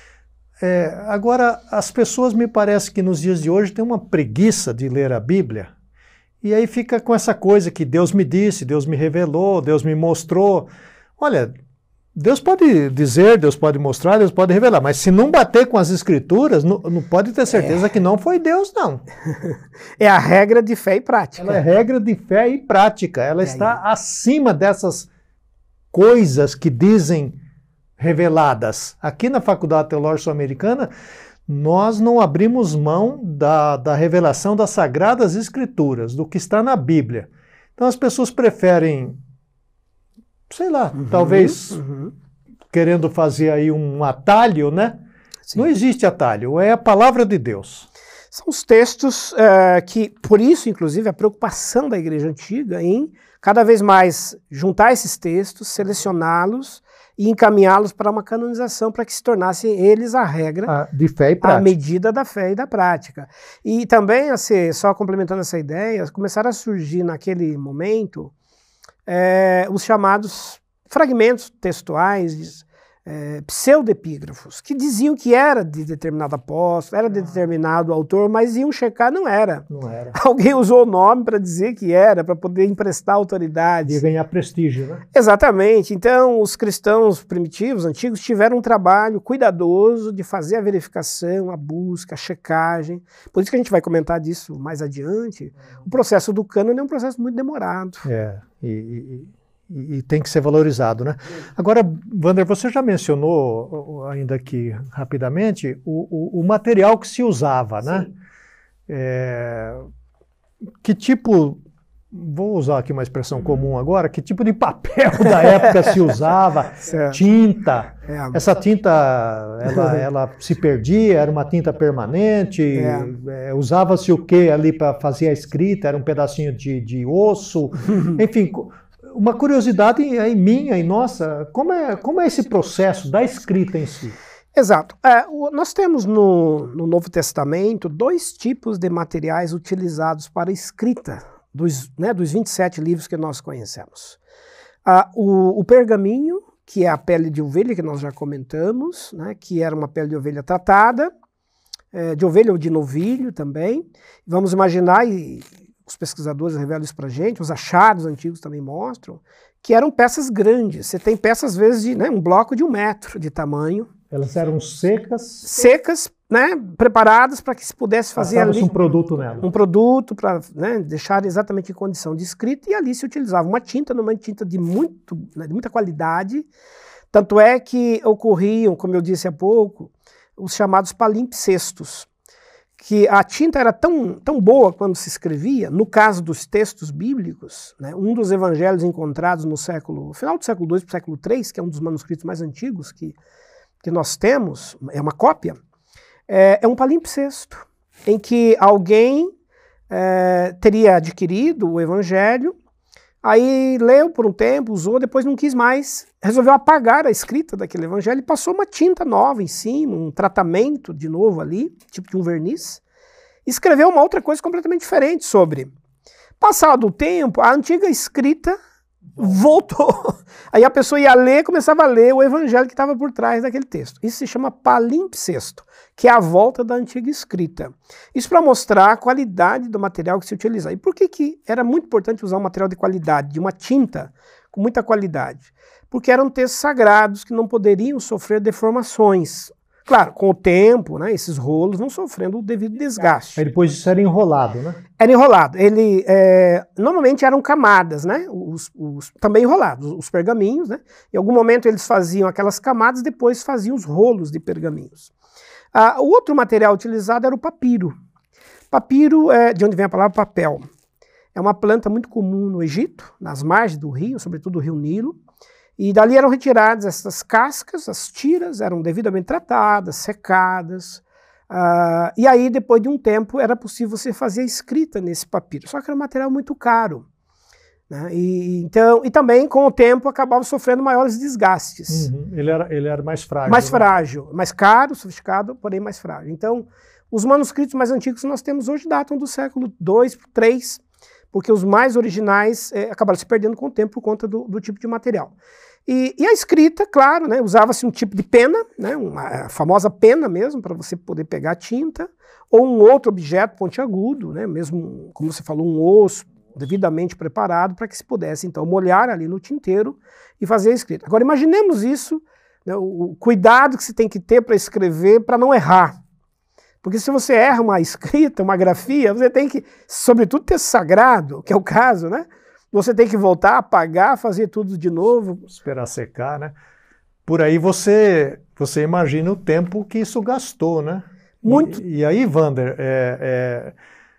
É, agora, as pessoas me parece que nos dias de hoje têm uma preguiça de ler a Bíblia e aí fica com essa coisa que Deus me disse, Deus me revelou, Deus me mostrou. Olha, Deus pode dizer, Deus pode mostrar, Deus pode revelar, mas se não bater com as escrituras, não, não pode ter certeza é. que não foi Deus, não. É a regra de fé e prática. Ela é regra de fé e prática. Ela é está aí. acima dessas coisas que dizem reveladas. Aqui na Faculdade Teológica Sul-Americana, nós não abrimos mão da, da revelação das Sagradas Escrituras, do que está na Bíblia. Então as pessoas preferem... sei lá, uhum, talvez uhum. querendo fazer aí um atalho, né? Sim. Não existe atalho, é a palavra de Deus. São os textos uh, que, por isso, inclusive, a preocupação da Igreja Antiga em cada vez mais juntar esses textos, selecioná-los e encaminhá-los para uma canonização, para que se tornassem eles a regra, ah, de fé e prática. A medida da fé e da prática. E também, assim, só complementando essa ideia, começaram a surgir naquele momento É, os chamados fragmentos textuais, é, pseudepígrafos, que diziam que era de determinado apóstolo, era de determinado autor, mas iam checar, não era. Não era. Alguém usou o nome para dizer que era, para poder emprestar autoridade. E ganhar prestígio, né? Exatamente. Então, os cristãos primitivos, antigos, tiveram um trabalho cuidadoso de fazer a verificação, a busca, a checagem. Por isso que a gente vai comentar disso mais adiante. O processo do cânone é um processo muito demorado. É, e... e... E, e tem que ser valorizado, né? Agora, Wander, você já mencionou, ainda aqui rapidamente, o, o, o material que se usava, né? É, que tipo, vou usar aqui uma expressão comum agora, que tipo de papel da época se usava? Certo. Tinta. É, essa tinta, ela, ela se perdia, era uma tinta permanente, é. É, usava-se o que ali para fazer a escrita? Era um pedacinho de, de osso? Enfim... Uma curiosidade aí minha e nossa, como é, como é esse processo da escrita em si? Exato. É, o, nós temos no, no Novo Testamento dois tipos de materiais utilizados para escrita dos, né, dos vinte e sete livros que nós conhecemos. Ah, o, o pergaminho, que é a pele de ovelha, que nós já comentamos, né, que era uma pele de ovelha tratada, é, de ovelha ou de novilho também. Vamos imaginar, e os pesquisadores revelam isso para a gente, os achados antigos também mostram, que eram peças grandes. Você tem peças, às vezes, de né, um bloco de um metro de tamanho. Elas eram secas? Secas, né, preparadas para que se pudesse fazer ali um produto nela. Um produto para né, deixar exatamente em condição de escrita, e ali se utilizava uma tinta, numa tinta de, muito, né, de muita qualidade. Tanto é que ocorriam, como eu disse há pouco, os chamados palimpsestos, que a tinta era tão, tão boa quando se escrevia, no caso dos textos bíblicos, né, um dos evangelhos encontrados no século, final do século dois para o século três, que é um dos manuscritos mais antigos que, que nós temos, é uma cópia, é, é um palimpsesto, em que alguém é, teria adquirido o evangelho, aí leu por um tempo, usou, depois não quis mais, resolveu apagar a escrita daquele evangelho e passou uma tinta nova em cima, um tratamento de novo ali, tipo de um verniz, e escreveu uma outra coisa completamente diferente sobre. Passado o tempo, a antiga escrita voltou. Aí a pessoa ia ler, começava a ler o evangelho que estava por trás daquele texto. Isso se chama palimpsesto, que é a volta da antiga escrita. Isso para mostrar a qualidade do material que se utiliza. E por que, que era muito importante usar um material de qualidade, de uma tinta com muita qualidade? Porque eram textos sagrados que não poderiam sofrer deformações. Claro, com o tempo, né, esses rolos vão sofrendo o devido desgaste. Aí depois isso era enrolado, né? Era enrolado. Ele, é, normalmente eram camadas, né? Os, os, também enrolados, os pergaminhos, né? Em algum momento eles faziam aquelas camadas, depois faziam os rolos de pergaminhos. Ah, o outro material utilizado era o papiro. Papiro é de onde vem a palavra papel. É uma planta muito comum no Egito, nas margens do rio, sobretudo do rio Nilo. E dali eram retiradas essas cascas, as tiras eram devidamente tratadas, secadas. Uh, e aí, depois de um tempo, era possível você fazer a escrita nesse papiro. Só que era um material muito caro. Né? E, então, e também, com o tempo, acabava sofrendo maiores desgastes. Uhum. Ele, era, ele era mais frágil. Mais né? frágil, mais caro, sofisticado, porém mais frágil. Então, os manuscritos mais antigos que nós temos hoje datam do século dois, três, porque os mais originais eh, acabaram se perdendo com o tempo por conta do, do tipo de material. E, e a escrita, claro, né, usava-se um tipo de pena, né, uma a famosa pena mesmo, para você poder pegar a tinta, ou um outro objeto pontiagudo, né, mesmo, como você falou, um osso devidamente preparado para que se pudesse, então, molhar ali no tinteiro e fazer a escrita. Agora, imaginemos isso, né, o, o cuidado que se tem que ter para escrever, para não errar. Porque se você erra uma escrita, uma grafia, você tem que, sobretudo, ter sagrado, que é o caso, né? Você tem que voltar, apagar, fazer tudo de novo. Esperar secar, né? Por aí você, você imagina o tempo que isso gastou, né? Muito. E, e aí, Wander, é, é,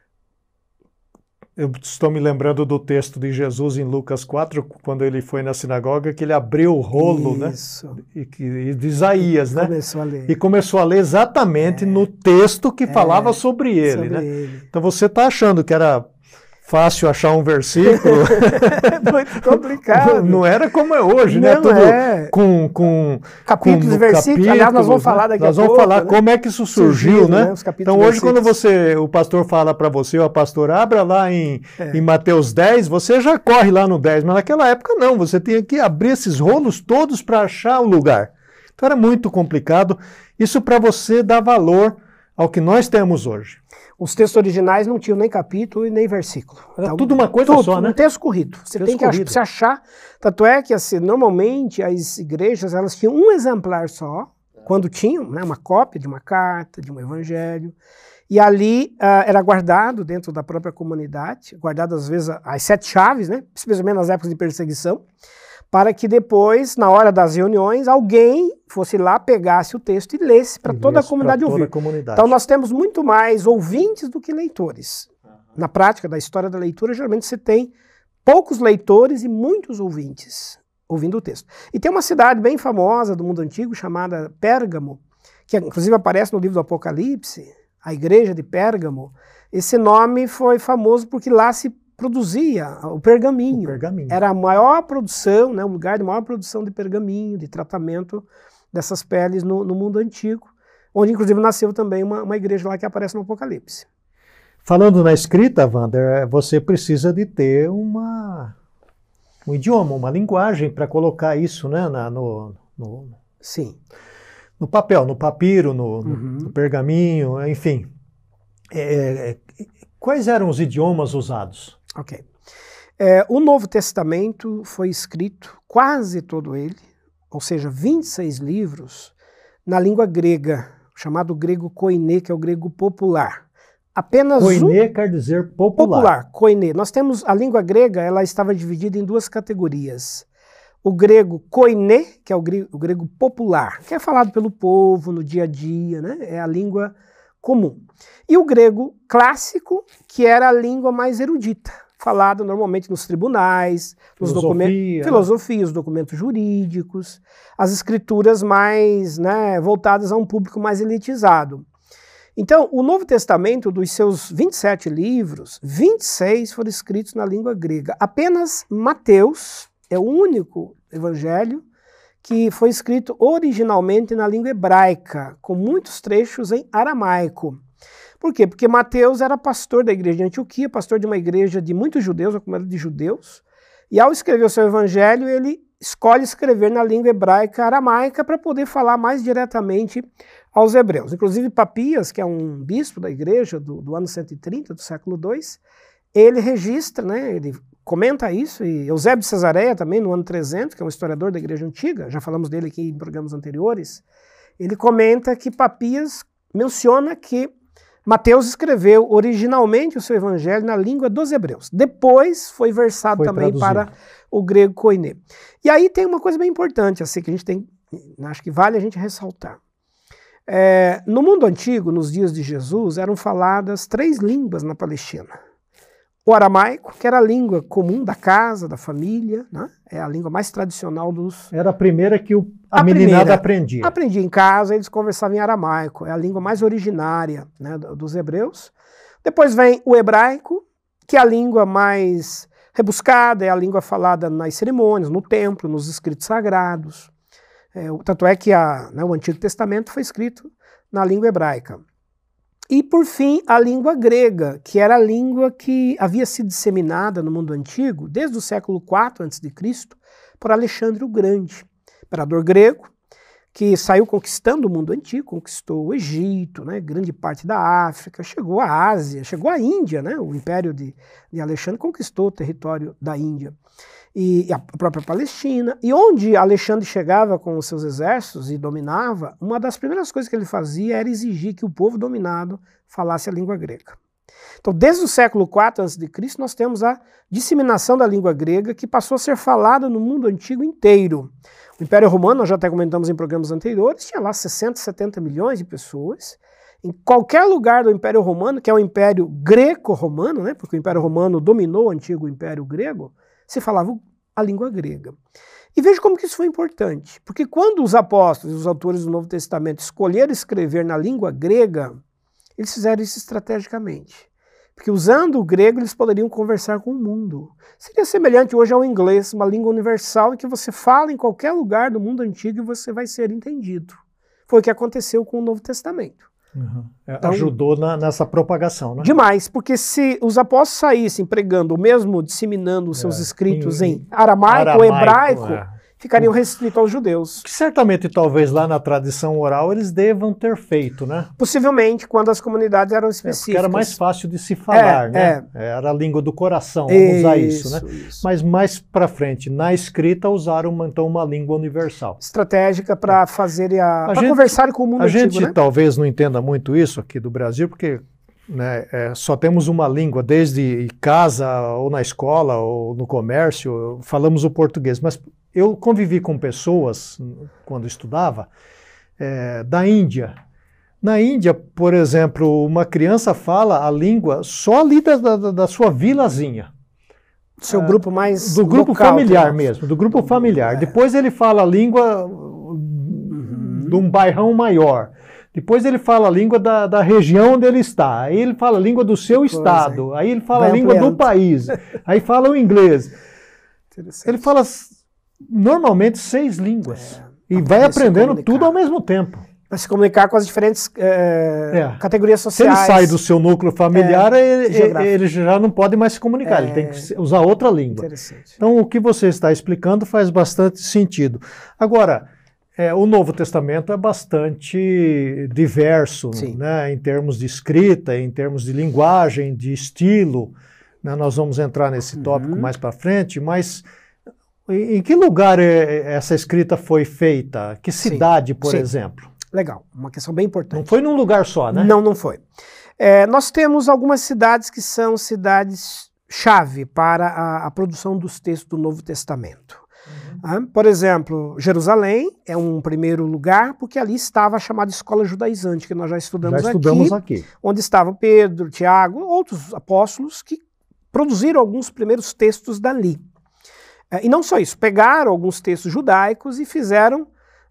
eu estou me lembrando do texto de Jesus em Lucas quatro, quando ele foi na sinagoga, que ele abriu o rolo, Isso. né? E, e de Isaías, e né? Começou a ler. E começou a ler exatamente é. no texto que é. falava sobre ele, sobre né? Ele. Então você está achando que era fácil achar um versículo? Muito complicado. Não era como é hoje, Não né? Tudo é. com, com capítulos e versículos. Capítulos, Aliás, nós vamos falar daqui nós a pouco. Nós vamos falar né? como é que isso surgiu, surgiu né? né? Então hoje quando você, o pastor fala para você, ou a pastora, abra lá em, é. em Mateus dez, você já corre lá no dez, mas naquela época não, você tinha que abrir esses rolos todos para achar o lugar. Então era muito complicado. Isso para você dar valor ao que nós temos hoje. Os textos originais não tinham nem capítulo e nem versículo. Era então, tudo uma coisa tudo, só, né? Um texto corrido. Você texto tem que corrido. Ach- se achar. Tanto é que, assim, normalmente, as igrejas elas tinham um exemplar só, quando tinham, né, uma cópia de uma carta, de um evangelho. E ali uh, era guardado dentro da própria comunidade, guardado, às vezes, as sete chaves, né, especialmente nas épocas de perseguição, para que depois, na hora das reuniões, alguém fosse lá, pegasse o texto e lesse para toda a comunidade ouvir. Comunidade. Então nós temos muito mais ouvintes do que leitores. Uhum. Na prática da história da leitura, geralmente você tem poucos leitores e muitos ouvintes ouvindo o texto. E tem uma cidade bem famosa do mundo antigo chamada Pérgamo, que inclusive aparece no livro do Apocalipse, a igreja de Pérgamo. Esse nome foi famoso porque lá se produzia o pergaminho. o pergaminho. Era a maior produção, né, um lugar de maior produção de pergaminho, de tratamento dessas peles no, no mundo antigo, onde inclusive nasceu também uma, uma igreja lá que aparece no Apocalipse. Falando na escrita, Wander, você precisa de ter uma, um idioma, uma linguagem para colocar isso, né, na, no, no, Sim. no papel, no papiro, no, Uhum. no pergaminho, enfim. É, é, quais eram os idiomas usados? Ok. É, o Novo Testamento foi escrito, quase todo ele, ou seja, vinte e seis livros, na língua grega, chamado grego koiné, que é o grego popular. Apenas Koiné um... quer dizer popular. Popular, koiné. Nós temos, a língua grega, ela estava dividida em duas categorias. O grego koiné, que é o grego, o grego popular, que é falado pelo povo no dia a dia, né? É a língua comum. E o grego clássico, que era a língua mais erudita, falada normalmente nos tribunais, nos documentos, filosofia, os documentos jurídicos, as escrituras mais, né, voltadas a um público mais elitizado. Então, o Novo Testamento, dos seus vinte e sete livros, vinte e seis foram escritos na língua grega. Apenas Mateus é o único evangelho que foi escrito originalmente na língua hebraica, com muitos trechos em aramaico. Por quê? Porque Mateus era pastor da igreja de Antioquia, pastor de uma igreja de muitos judeus, uma comunidade de judeus, e ao escrever o seu evangelho, ele escolhe escrever na língua hebraica aramaica para poder falar mais diretamente aos hebreus. Inclusive Papias, que é um bispo da igreja do, do ano cento e trinta, do século dois, ele registra, né, ele comenta isso, e Eusébio de Cesareia também, no ano trezentos, que é um historiador da igreja antiga, já falamos dele aqui em programas anteriores, ele comenta que Papias menciona que Mateus escreveu originalmente o seu evangelho na língua dos hebreus. Depois foi versado foi também traduzido para o grego koiné. E aí tem uma coisa bem importante, assim, que a gente tem, acho que vale a gente ressaltar. É, no mundo antigo, nos dias de Jesus, eram faladas três línguas na Palestina. O aramaico, que era a língua comum da casa, da família, né? É a língua mais tradicional dos... Era a primeira que o, a, a meninada primeira, aprendia. Aprendia em casa, eles conversavam em aramaico, é a língua mais originária, né, dos hebreus. Depois vem o hebraico, que é a língua mais rebuscada, é a língua falada nas cerimônias, no templo, nos escritos sagrados. É, tanto é que a, né, o Antigo Testamento foi escrito na língua hebraica. E, por fim, a língua grega, que era a língua que havia sido disseminada no mundo antigo desde o século quatro antes de Cristo por Alexandre o Grande, imperador grego, que saiu conquistando o mundo antigo, conquistou o Egito, né, grande parte da África, chegou à Ásia, chegou à Índia, né, o império de, de Alexandre conquistou o território da Índia. E a própria Palestina, e onde Alexandre chegava com os seus exércitos e dominava, uma das primeiras coisas que ele fazia era exigir que o povo dominado falasse a língua grega. Então, desde o século quatro antes de Cristo, nós temos a disseminação da língua grega, que passou a ser falada no mundo antigo inteiro. O Império Romano, nós já até comentamos em programas anteriores, tinha lá sessenta, setenta milhões de pessoas. Em qualquer lugar do Império Romano, que é o Império Greco-Romano, né, porque o Império Romano dominou o antigo Império Grego, se falava a língua grega. E veja como que isso foi importante, porque quando os apóstolos e os autores do Novo Testamento escolheram escrever na língua grega, eles fizeram isso estrategicamente, porque usando o grego eles poderiam conversar com o mundo. Seria semelhante hoje ao inglês, uma língua universal em que você fala em qualquer lugar do mundo antigo e você vai ser entendido. Foi o que aconteceu com o Novo Testamento. Uhum. Então, ajudou na, nessa propagação, né? Demais, porque se os apóstolos saíssem pregando, ou mesmo disseminando os seus é, escritos em, em aramaico, aramaico ou hebraico, é. ficariam restritos aos judeus. Que certamente, talvez lá na tradição oral, eles devam ter feito, né? Possivelmente, quando as comunidades eram específicas. É, porque era mais fácil de se falar, é, né? É. Era a língua do coração, vamos isso, usar isso, né? Isso. Mas mais para frente, na escrita, usaram uma, então uma língua universal. Estratégica para é. fazer a, a para conversar com o mundo a antigo, gente né? talvez não entenda muito isso aqui do Brasil, porque né, é, só temos uma língua, desde casa, ou na escola, ou no comércio, falamos o português, mas eu convivi com pessoas, quando estudava, é, da Índia. Na Índia, por exemplo, uma criança fala a língua só ali da, da, da sua vilazinha. Seu é, grupo mais do grupo local, familiar tem... mesmo, do grupo familiar. É. Depois ele fala a língua uhum. de um bairrão maior. Depois ele fala a língua da, da região onde ele está. Aí ele fala a língua do seu Coisa, estado. Hein? Aí ele fala Vai a língua ampliando. do país. Aí fala o inglês. Ele fala normalmente seis línguas. É, e vai aprendendo tudo ao mesmo tempo. Para se comunicar com as diferentes é, é. categorias sociais. Se ele sai do seu núcleo familiar, é, ele, ele já não pode mais se comunicar, é, ele tem que usar outra língua. Então, o que você está explicando faz bastante sentido. Agora, é, o Novo Testamento é bastante diverso, né, em termos de escrita, em termos de linguagem, de estilo. Né, nós vamos entrar nesse tópico uhum. mais para frente, mas em, em que lugar é, essa escrita foi feita? Que cidade, Sim. por Sim. exemplo? Legal, uma questão bem importante. Não foi num lugar só, né? Não, não foi. É, nós temos algumas cidades que são cidades-chave para a, a produção dos textos do Novo Testamento. Uhum. Ah, por exemplo, Jerusalém é um primeiro lugar, porque ali estava a chamada escola judaizante, que nós já estudamos, já estudamos aqui, aqui, onde estavam Pedro, Tiago, outros apóstolos que produziram alguns primeiros textos dali. É, e não só isso, pegaram alguns textos judaicos e fizeram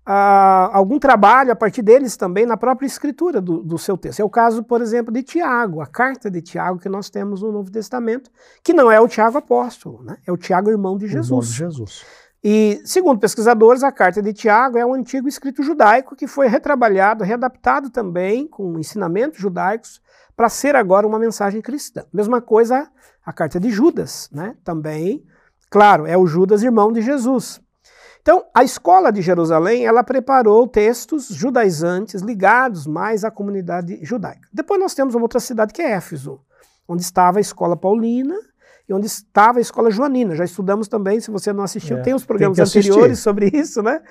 Uh, algum trabalho a partir deles também na própria escritura do, do seu texto. É o caso, por exemplo, de Tiago, a carta de Tiago que nós temos no Novo Testamento, que não é o Tiago apóstolo, né? É o Tiago irmão de Jesus. Irmão de Jesus. E, segundo pesquisadores, a carta de Tiago é um antigo escrito judaico que foi retrabalhado, readaptado também com ensinamentos judaicos para ser agora uma mensagem cristã. Mesma coisa a carta de Judas, né? Também, claro, é o Judas irmão de Jesus. Então, a escola de Jerusalém, ela preparou textos judaizantes ligados mais à comunidade judaica. Depois nós temos uma outra cidade que é Éfeso, onde estava a escola paulina e onde estava a escola joanina. Já estudamos também, se você não assistiu, é, tem os programas tem anteriores sobre isso, né?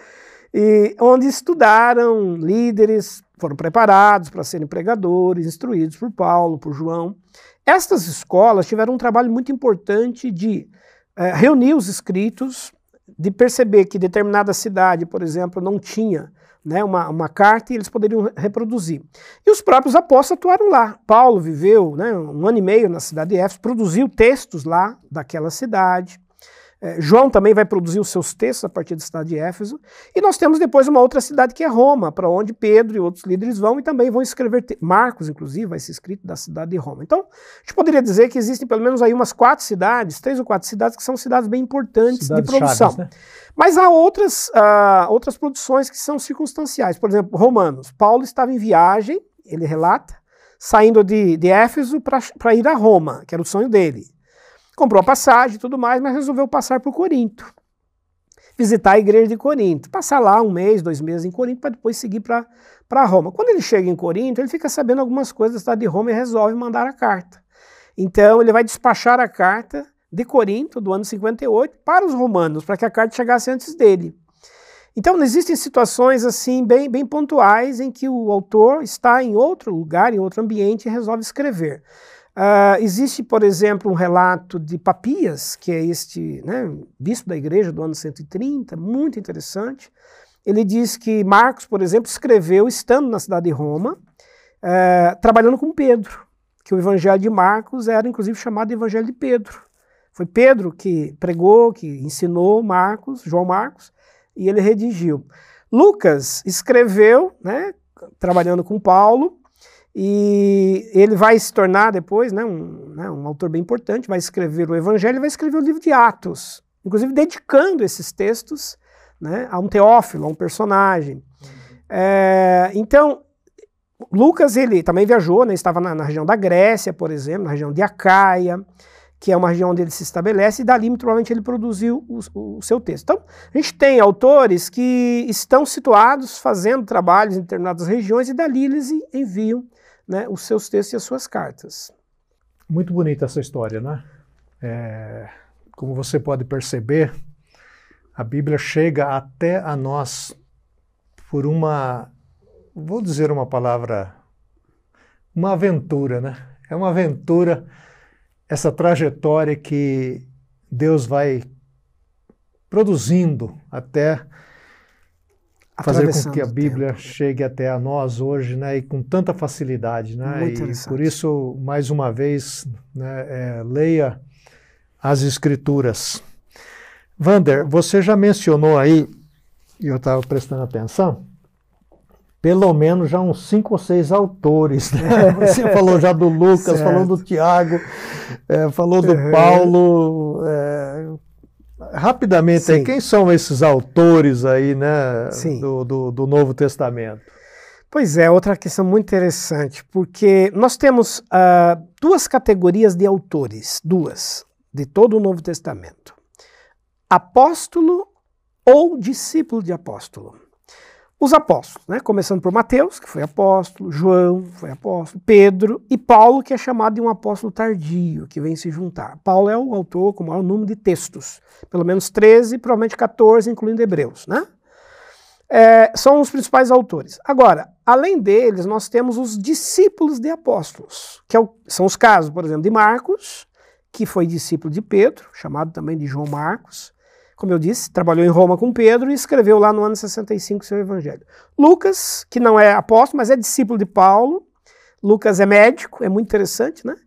E onde estudaram líderes, foram preparados para serem pregadores, instruídos por Paulo, por João. Estas escolas tiveram um trabalho muito importante de é, reunir os escritos, de perceber que determinada cidade, por exemplo, não tinha, né, uma, uma carta e eles poderiam reproduzir. E os próprios apóstolos atuaram lá. Paulo viveu, né, um ano e meio na cidade de Éfeso, produziu textos lá daquela cidade. É, João também vai produzir os seus textos a partir da cidade de Éfeso. E nós temos depois uma outra cidade que é Roma, para onde Pedro e outros líderes vão e também vão escrever, Marcos, inclusive, vai ser escrito da cidade de Roma. Então, a gente poderia dizer que existem pelo menos aí umas quatro cidades, três ou quatro cidades que são cidades bem importantes cidades de produção. Chaves, né? Mas há outras, uh, outras produções que são circunstanciais. Por exemplo, Romanos. Paulo estava em viagem, ele relata, saindo de, de Éfeso para ir a Roma, que era o sonho dele. Comprou a passagem e tudo mais, mas resolveu passar por Corinto. Visitar a igreja de Corinto. Passar lá um mês, dois meses em Corinto, para depois seguir para Roma. Quando ele chega em Corinto, ele fica sabendo algumas coisas da cidade de Roma e resolve mandar a carta. Então, ele vai despachar a carta de Corinto, do ano cinquenta e oito, para os romanos, para que a carta chegasse antes dele. Então, existem situações assim bem, bem pontuais em que o autor está em outro lugar, em outro ambiente e resolve escrever. Uh, existe, por exemplo, um relato de Papias, que é este, né, bispo da igreja do ano cento e trinta, muito interessante. Ele diz que Marcos, por exemplo, escreveu estando na cidade de Roma, uh, trabalhando com Pedro, que o evangelho de Marcos era inclusive chamado de evangelho de Pedro. Foi Pedro que pregou, que ensinou Marcos, João Marcos, e ele redigiu. Lucas escreveu, né, trabalhando com Paulo, e ele vai se tornar depois, né, um, né, um autor bem importante, vai escrever o Evangelho e vai escrever o livro de Atos, inclusive dedicando esses textos, né, a um Teófilo, a um personagem. Uhum. É, então, Lucas ele também viajou, né, estava na, na região da Grécia, por exemplo, na região de Acaia, que é uma região onde ele se estabelece, e dali, muito provavelmente, ele produziu o, o seu texto. Então, a gente tem autores que estão situados, fazendo trabalhos em determinadas regiões, e dali eles enviam, né, os seus textos e as suas cartas. Muito bonita essa história, né? É, como você pode perceber, a Bíblia chega até a nós por uma, vou dizer uma palavra, uma aventura, né? É uma aventura, essa trajetória que Deus vai produzindo até fazer com que a Bíblia chegue até a nós hoje, né, e com tanta facilidade, né, Muito e por isso, mais uma vez, né, é, leia as Escrituras. Wander, você já mencionou aí, e eu estava prestando atenção, pelo menos já uns cinco ou seis autores, né? Você falou já do Lucas, certo. Falou do Tiago, é, falou do uhum. Paulo, é, rapidamente, aí, quem são esses autores aí, né, do, do, do Novo Testamento? Pois é, outra questão muito interessante, porque nós temos uh, duas categorias de autores, duas, de todo o Novo Testamento. Apóstolo ou discípulo de apóstolo. Os apóstolos, né? Começando por Mateus, que foi apóstolo, João foi apóstolo, Pedro e Paulo, que é chamado de um apóstolo tardio, que vem se juntar. Paulo é o autor com o maior número de textos, pelo menos treze, provavelmente quatorze, incluindo Hebreus, né? É, são os principais autores. Agora, além deles, nós temos os discípulos de apóstolos, que é o, são os casos, por exemplo, de Marcos, que foi discípulo de Pedro, chamado também de João Marcos. Como eu disse, trabalhou em Roma com Pedro e escreveu lá no ano sessenta e cinco seu evangelho. Lucas, que não é apóstolo, mas é discípulo de Paulo. Lucas é médico, é muito interessante, né?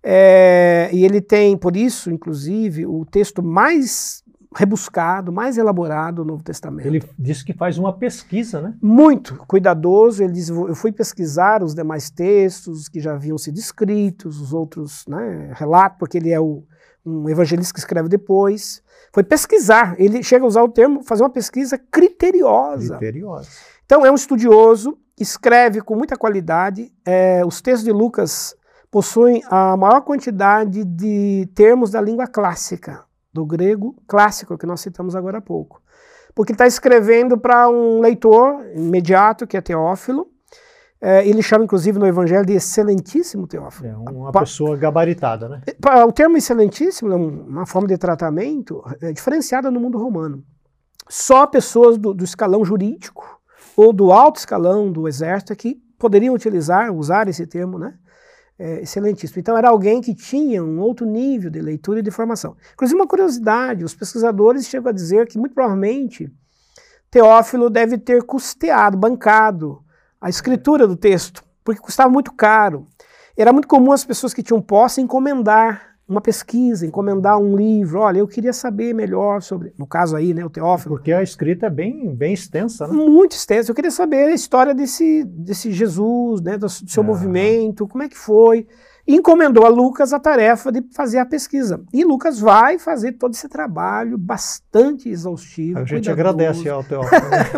É, e ele tem, por isso, inclusive, o texto mais rebuscado, mais elaborado do Novo Testamento. Ele disse que faz uma pesquisa, né? Muito cuidadoso. Ele diz, eu fui pesquisar os demais textos que já haviam sido escritos, os outros, né, relatos, porque ele é o, um evangelista que escreve depois. Foi pesquisar. Ele chega a usar o termo, fazer uma pesquisa criteriosa. Criteriosa. Então é um estudioso, escreve com muita qualidade. É, os textos de Lucas possuem a maior quantidade de termos da língua clássica, do grego clássico, que nós citamos agora há pouco. Porque ele está escrevendo para um leitor imediato, que é Teófilo. É, ele chama, inclusive, no Evangelho de excelentíssimo Teófilo. É uma pa pessoa gabaritada, né? O termo excelentíssimo é uma forma de tratamento é, diferenciada no mundo romano. Só pessoas do, do escalão jurídico ou do alto escalão do exército é que poderiam utilizar, usar esse termo, né? É, excelentíssimo. Então era alguém que tinha um outro nível de leitura e de formação. Inclusive uma curiosidade, os pesquisadores chegam a dizer que muito provavelmente Teófilo deve ter custeado, bancado a escritura do texto, porque custava muito caro. Era muito comum as pessoas que tinham posse encomendar uma pesquisa, encomendar um livro. Olha, eu queria saber melhor sobre, no caso aí, né, o Teófilo. Porque a escrita é bem, bem extensa, né? Muito extensa. Eu queria saber a história desse, desse Jesus, né, do seu ah. movimento, como é que foi. E encomendou a Lucas a tarefa de fazer a pesquisa. E Lucas vai fazer todo esse trabalho bastante exaustivo. A gente cuidadoso. agradece ao Teófilo. Né?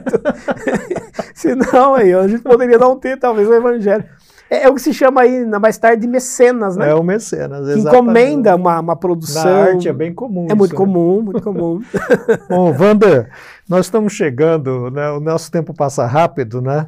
Muito. Senão, aí, a gente poderia não ter, talvez, o evangelho. É, é o que se chama aí, mais tarde, de mecenas, né? É o mecenas, exatamente. Que encomenda uma, uma produção. Na arte é bem comum. É muito isso, comum, né? muito comum. Bom, Wander, nós estamos chegando, né? O nosso tempo passa rápido, né?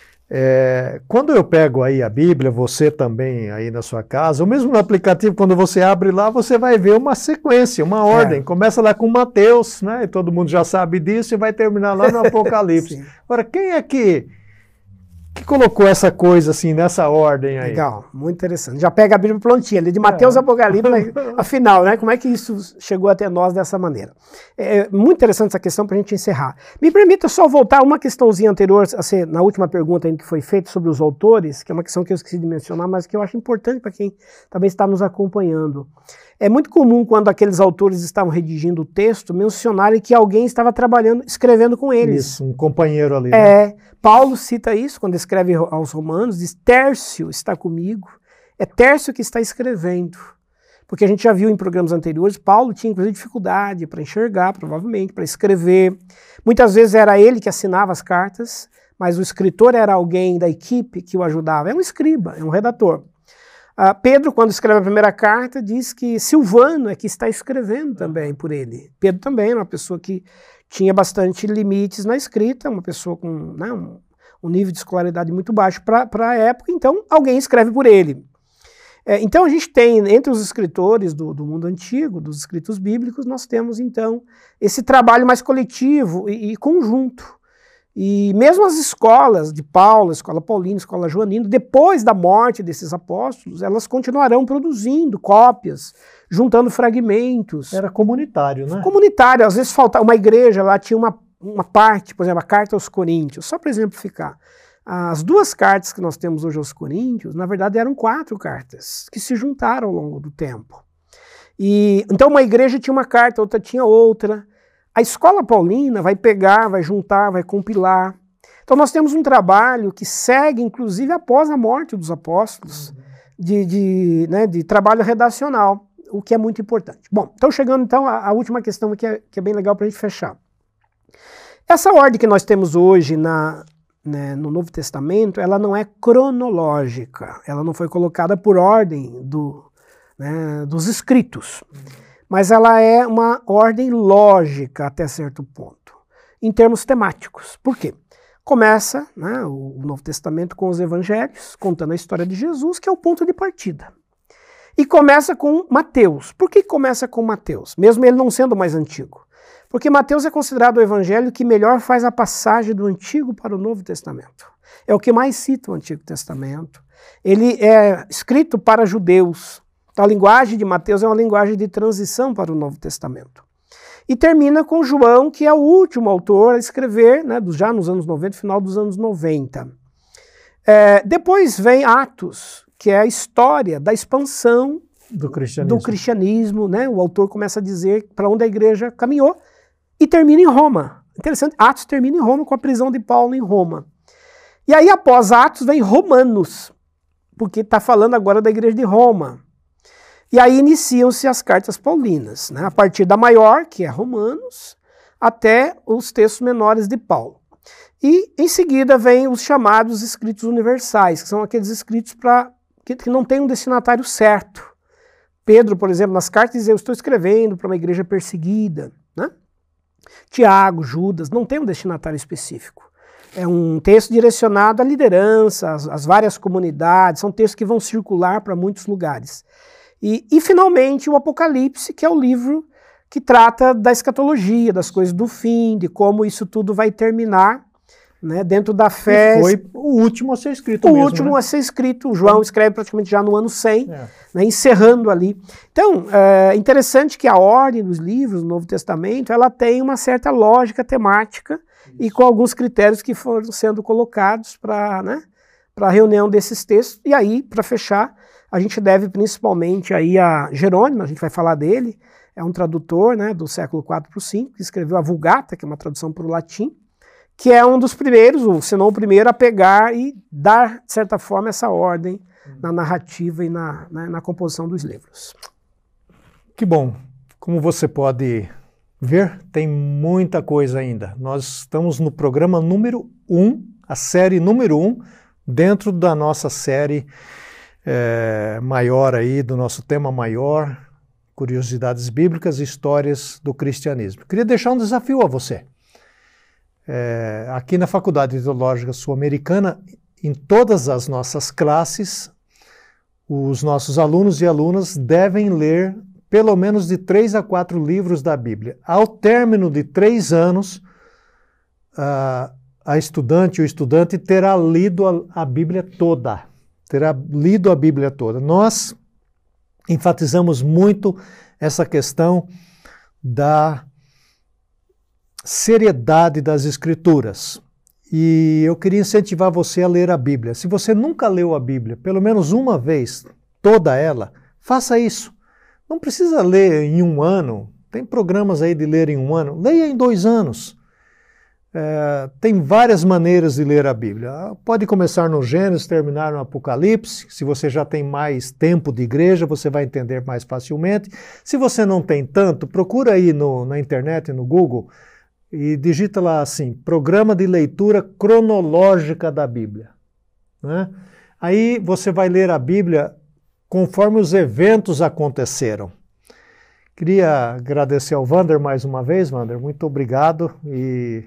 É, quando eu pego aí a Bíblia, você também aí na sua casa, ou mesmo no aplicativo, quando você abre lá, você vai ver uma sequência, uma ordem. É. Começa lá com Mateus, né? E todo mundo já sabe disso, e vai terminar lá no Apocalipse. Agora, quem é que... que colocou essa coisa assim, nessa ordem aí? Legal, muito interessante. Já pega a Bíblia prontinha, ali de Mateus é. Apocalipse, mas, afinal, né, como é que isso chegou até nós dessa maneira? É muito interessante essa questão para a gente encerrar. Me permita só voltar uma questãozinha anterior, assim, na última pergunta que foi feita sobre os autores, que é uma questão que eu esqueci de mencionar, mas que eu acho importante para quem também está nos acompanhando. É muito comum, quando aqueles autores estavam redigindo o texto, mencionarem que alguém estava trabalhando, escrevendo com eles. Isso, um companheiro ali. É, né? Paulo cita isso quando escreve aos Romanos, diz, Tércio está comigo, é Tércio que está escrevendo. Porque a gente já viu em programas anteriores, Paulo tinha inclusive dificuldade para enxergar, provavelmente, para escrever. Muitas vezes era ele que assinava as cartas, mas o escritor era alguém da equipe que o ajudava. É um escriba, é um redator. Uh, Pedro, quando escreve a primeira carta, diz que Silvano é que está escrevendo também por ele. Pedro também era uma pessoa que tinha bastante limites na escrita, uma pessoa com, né, um, um nível de escolaridade muito baixo para a época, então alguém escreve por ele. É, então a gente tem, entre os escritores do, do mundo antigo, dos escritos bíblicos, nós temos então esse trabalho mais coletivo e, e conjunto. E mesmo as escolas de Paulo, a escola paulina, a escola joanina, depois da morte desses apóstolos, elas continuarão produzindo cópias, juntando fragmentos. Era comunitário, né? Comunitário. Às vezes faltava uma igreja, lá tinha uma, uma parte, por exemplo, a carta aos Coríntios. Só para exemplificar. As duas cartas que nós temos hoje aos Coríntios, na verdade, eram quatro cartas que se juntaram ao longo do tempo. E, então uma igreja tinha uma carta, outra tinha outra. A escola paulina vai pegar, vai juntar, vai compilar. Então nós temos um trabalho que segue, inclusive, após a morte dos apóstolos, uhum. de, de, né, de trabalho redacional, o que é muito importante. Bom, então chegando então à, à última questão que é, que é bem legal para a gente fechar. Essa ordem que nós temos hoje na, né, no Novo Testamento, ela não é cronológica, ela não foi colocada por ordem do, né, dos escritos, mas ela é uma ordem lógica até certo ponto, em termos temáticos. Por quê? Começa, né, o Novo Testamento com os evangelhos, contando a história de Jesus, que é o ponto de partida. E começa com Mateus. Por que começa com Mateus? Mesmo ele não sendo mais antigo. Porque Mateus é considerado o evangelho que melhor faz a passagem do Antigo para o Novo Testamento. É o que mais cita o Antigo Testamento. Ele é escrito para judeus. Então, a linguagem de Mateus é uma linguagem de transição para o Novo Testamento. E termina com João, que é o último autor a escrever, né, já nos anos noventa, final dos anos noventa. É, depois vem Atos, que é a história da expansão do cristianismo. Do cristianismo, né? O autor começa a dizer para onde a igreja caminhou e termina em Roma. Interessante, Atos termina em Roma com a prisão de Paulo em Roma. E aí, após Atos, vem Romanos, porque está falando agora da igreja de Roma. E aí iniciam-se as cartas paulinas, né? A partir da maior, que é Romanos, até os textos menores de Paulo. E em seguida vem os chamados escritos universais, que são aqueles escritos pra, que, que não têm um destinatário certo. Pedro, por exemplo, nas cartas diz, eu estou escrevendo para uma igreja perseguida. Né? Tiago, Judas, não tem um destinatário específico. É um texto direcionado à liderança, às, às várias comunidades, são textos que vão circular para muitos lugares. E, e, finalmente, o Apocalipse, que é o livro que trata da escatologia, das coisas do fim, de como isso tudo vai terminar, né, dentro da fé. E foi o último a ser escrito O mesmo, último né? a ser escrito. O João escreve praticamente já no ano cem, É. né, encerrando ali. Então, é interessante que a ordem dos livros do Novo Testamento, ela tem uma certa lógica temática Isso. e com alguns critérios que foram sendo colocados para, né, para a reunião desses textos. E aí, para fechar, a gente deve principalmente aí a Jerônimo, a gente vai falar dele, é um tradutor, né, do século quatro para o cinco, que escreveu a Vulgata, que é uma tradução para o latim, que é um dos primeiros, ou se não o primeiro, a pegar e dar, de certa forma, essa ordem hum. na narrativa e na, na, na composição dos livros. Que bom. Como você pode ver, tem muita coisa ainda. Nós estamos no programa número um, a série número um, dentro da nossa série É, maior aí, do nosso tema maior, curiosidades bíblicas e histórias do cristianismo. Queria deixar um desafio a você. É, aqui na Faculdade Teológica Sul-Americana, em todas as nossas classes, os nossos alunos e alunas devem ler pelo menos de três a quatro livros da Bíblia. Ao término de três anos, a, a estudante ou estudante terá lido a, a Bíblia toda. Terá lido a Bíblia toda. Nós enfatizamos muito essa questão da seriedade das Escrituras. E eu queria incentivar você a ler a Bíblia. Se você nunca leu a Bíblia, pelo menos uma vez, toda ela, faça isso. Não precisa ler em um ano. Tem programas aí de ler em um ano. Leia em dois anos. É, tem várias maneiras de ler a Bíblia. Pode começar no Gênesis, terminar no Apocalipse. Se você já tem mais tempo de igreja, você vai entender mais facilmente. Se você não tem tanto, procura aí no, na internet, no Google, e digita lá assim, Programa de Leitura Cronológica da Bíblia. Né? Aí você vai ler a Bíblia conforme os eventos aconteceram. Queria agradecer ao Wander mais uma vez. Wander, muito obrigado. E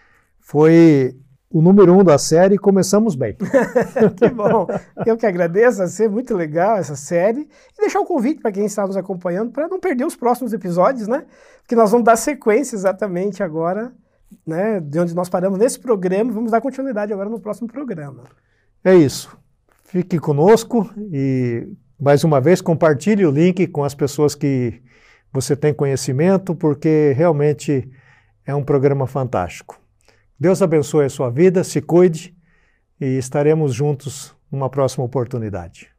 foi o número um da série e começamos bem. Que bom. Eu que agradeço, vai ser muito legal essa série. E deixar um convite para quem está nos acompanhando para não perder os próximos episódios, né? Porque nós vamos dar sequência exatamente agora, né? De onde nós paramos nesse programa, vamos dar continuidade agora no próximo programa. É isso. Fique conosco e, mais uma vez, compartilhe o link com as pessoas que você tem conhecimento, porque realmente é um programa fantástico. Deus abençoe a sua vida, se cuide e estaremos juntos numa próxima oportunidade.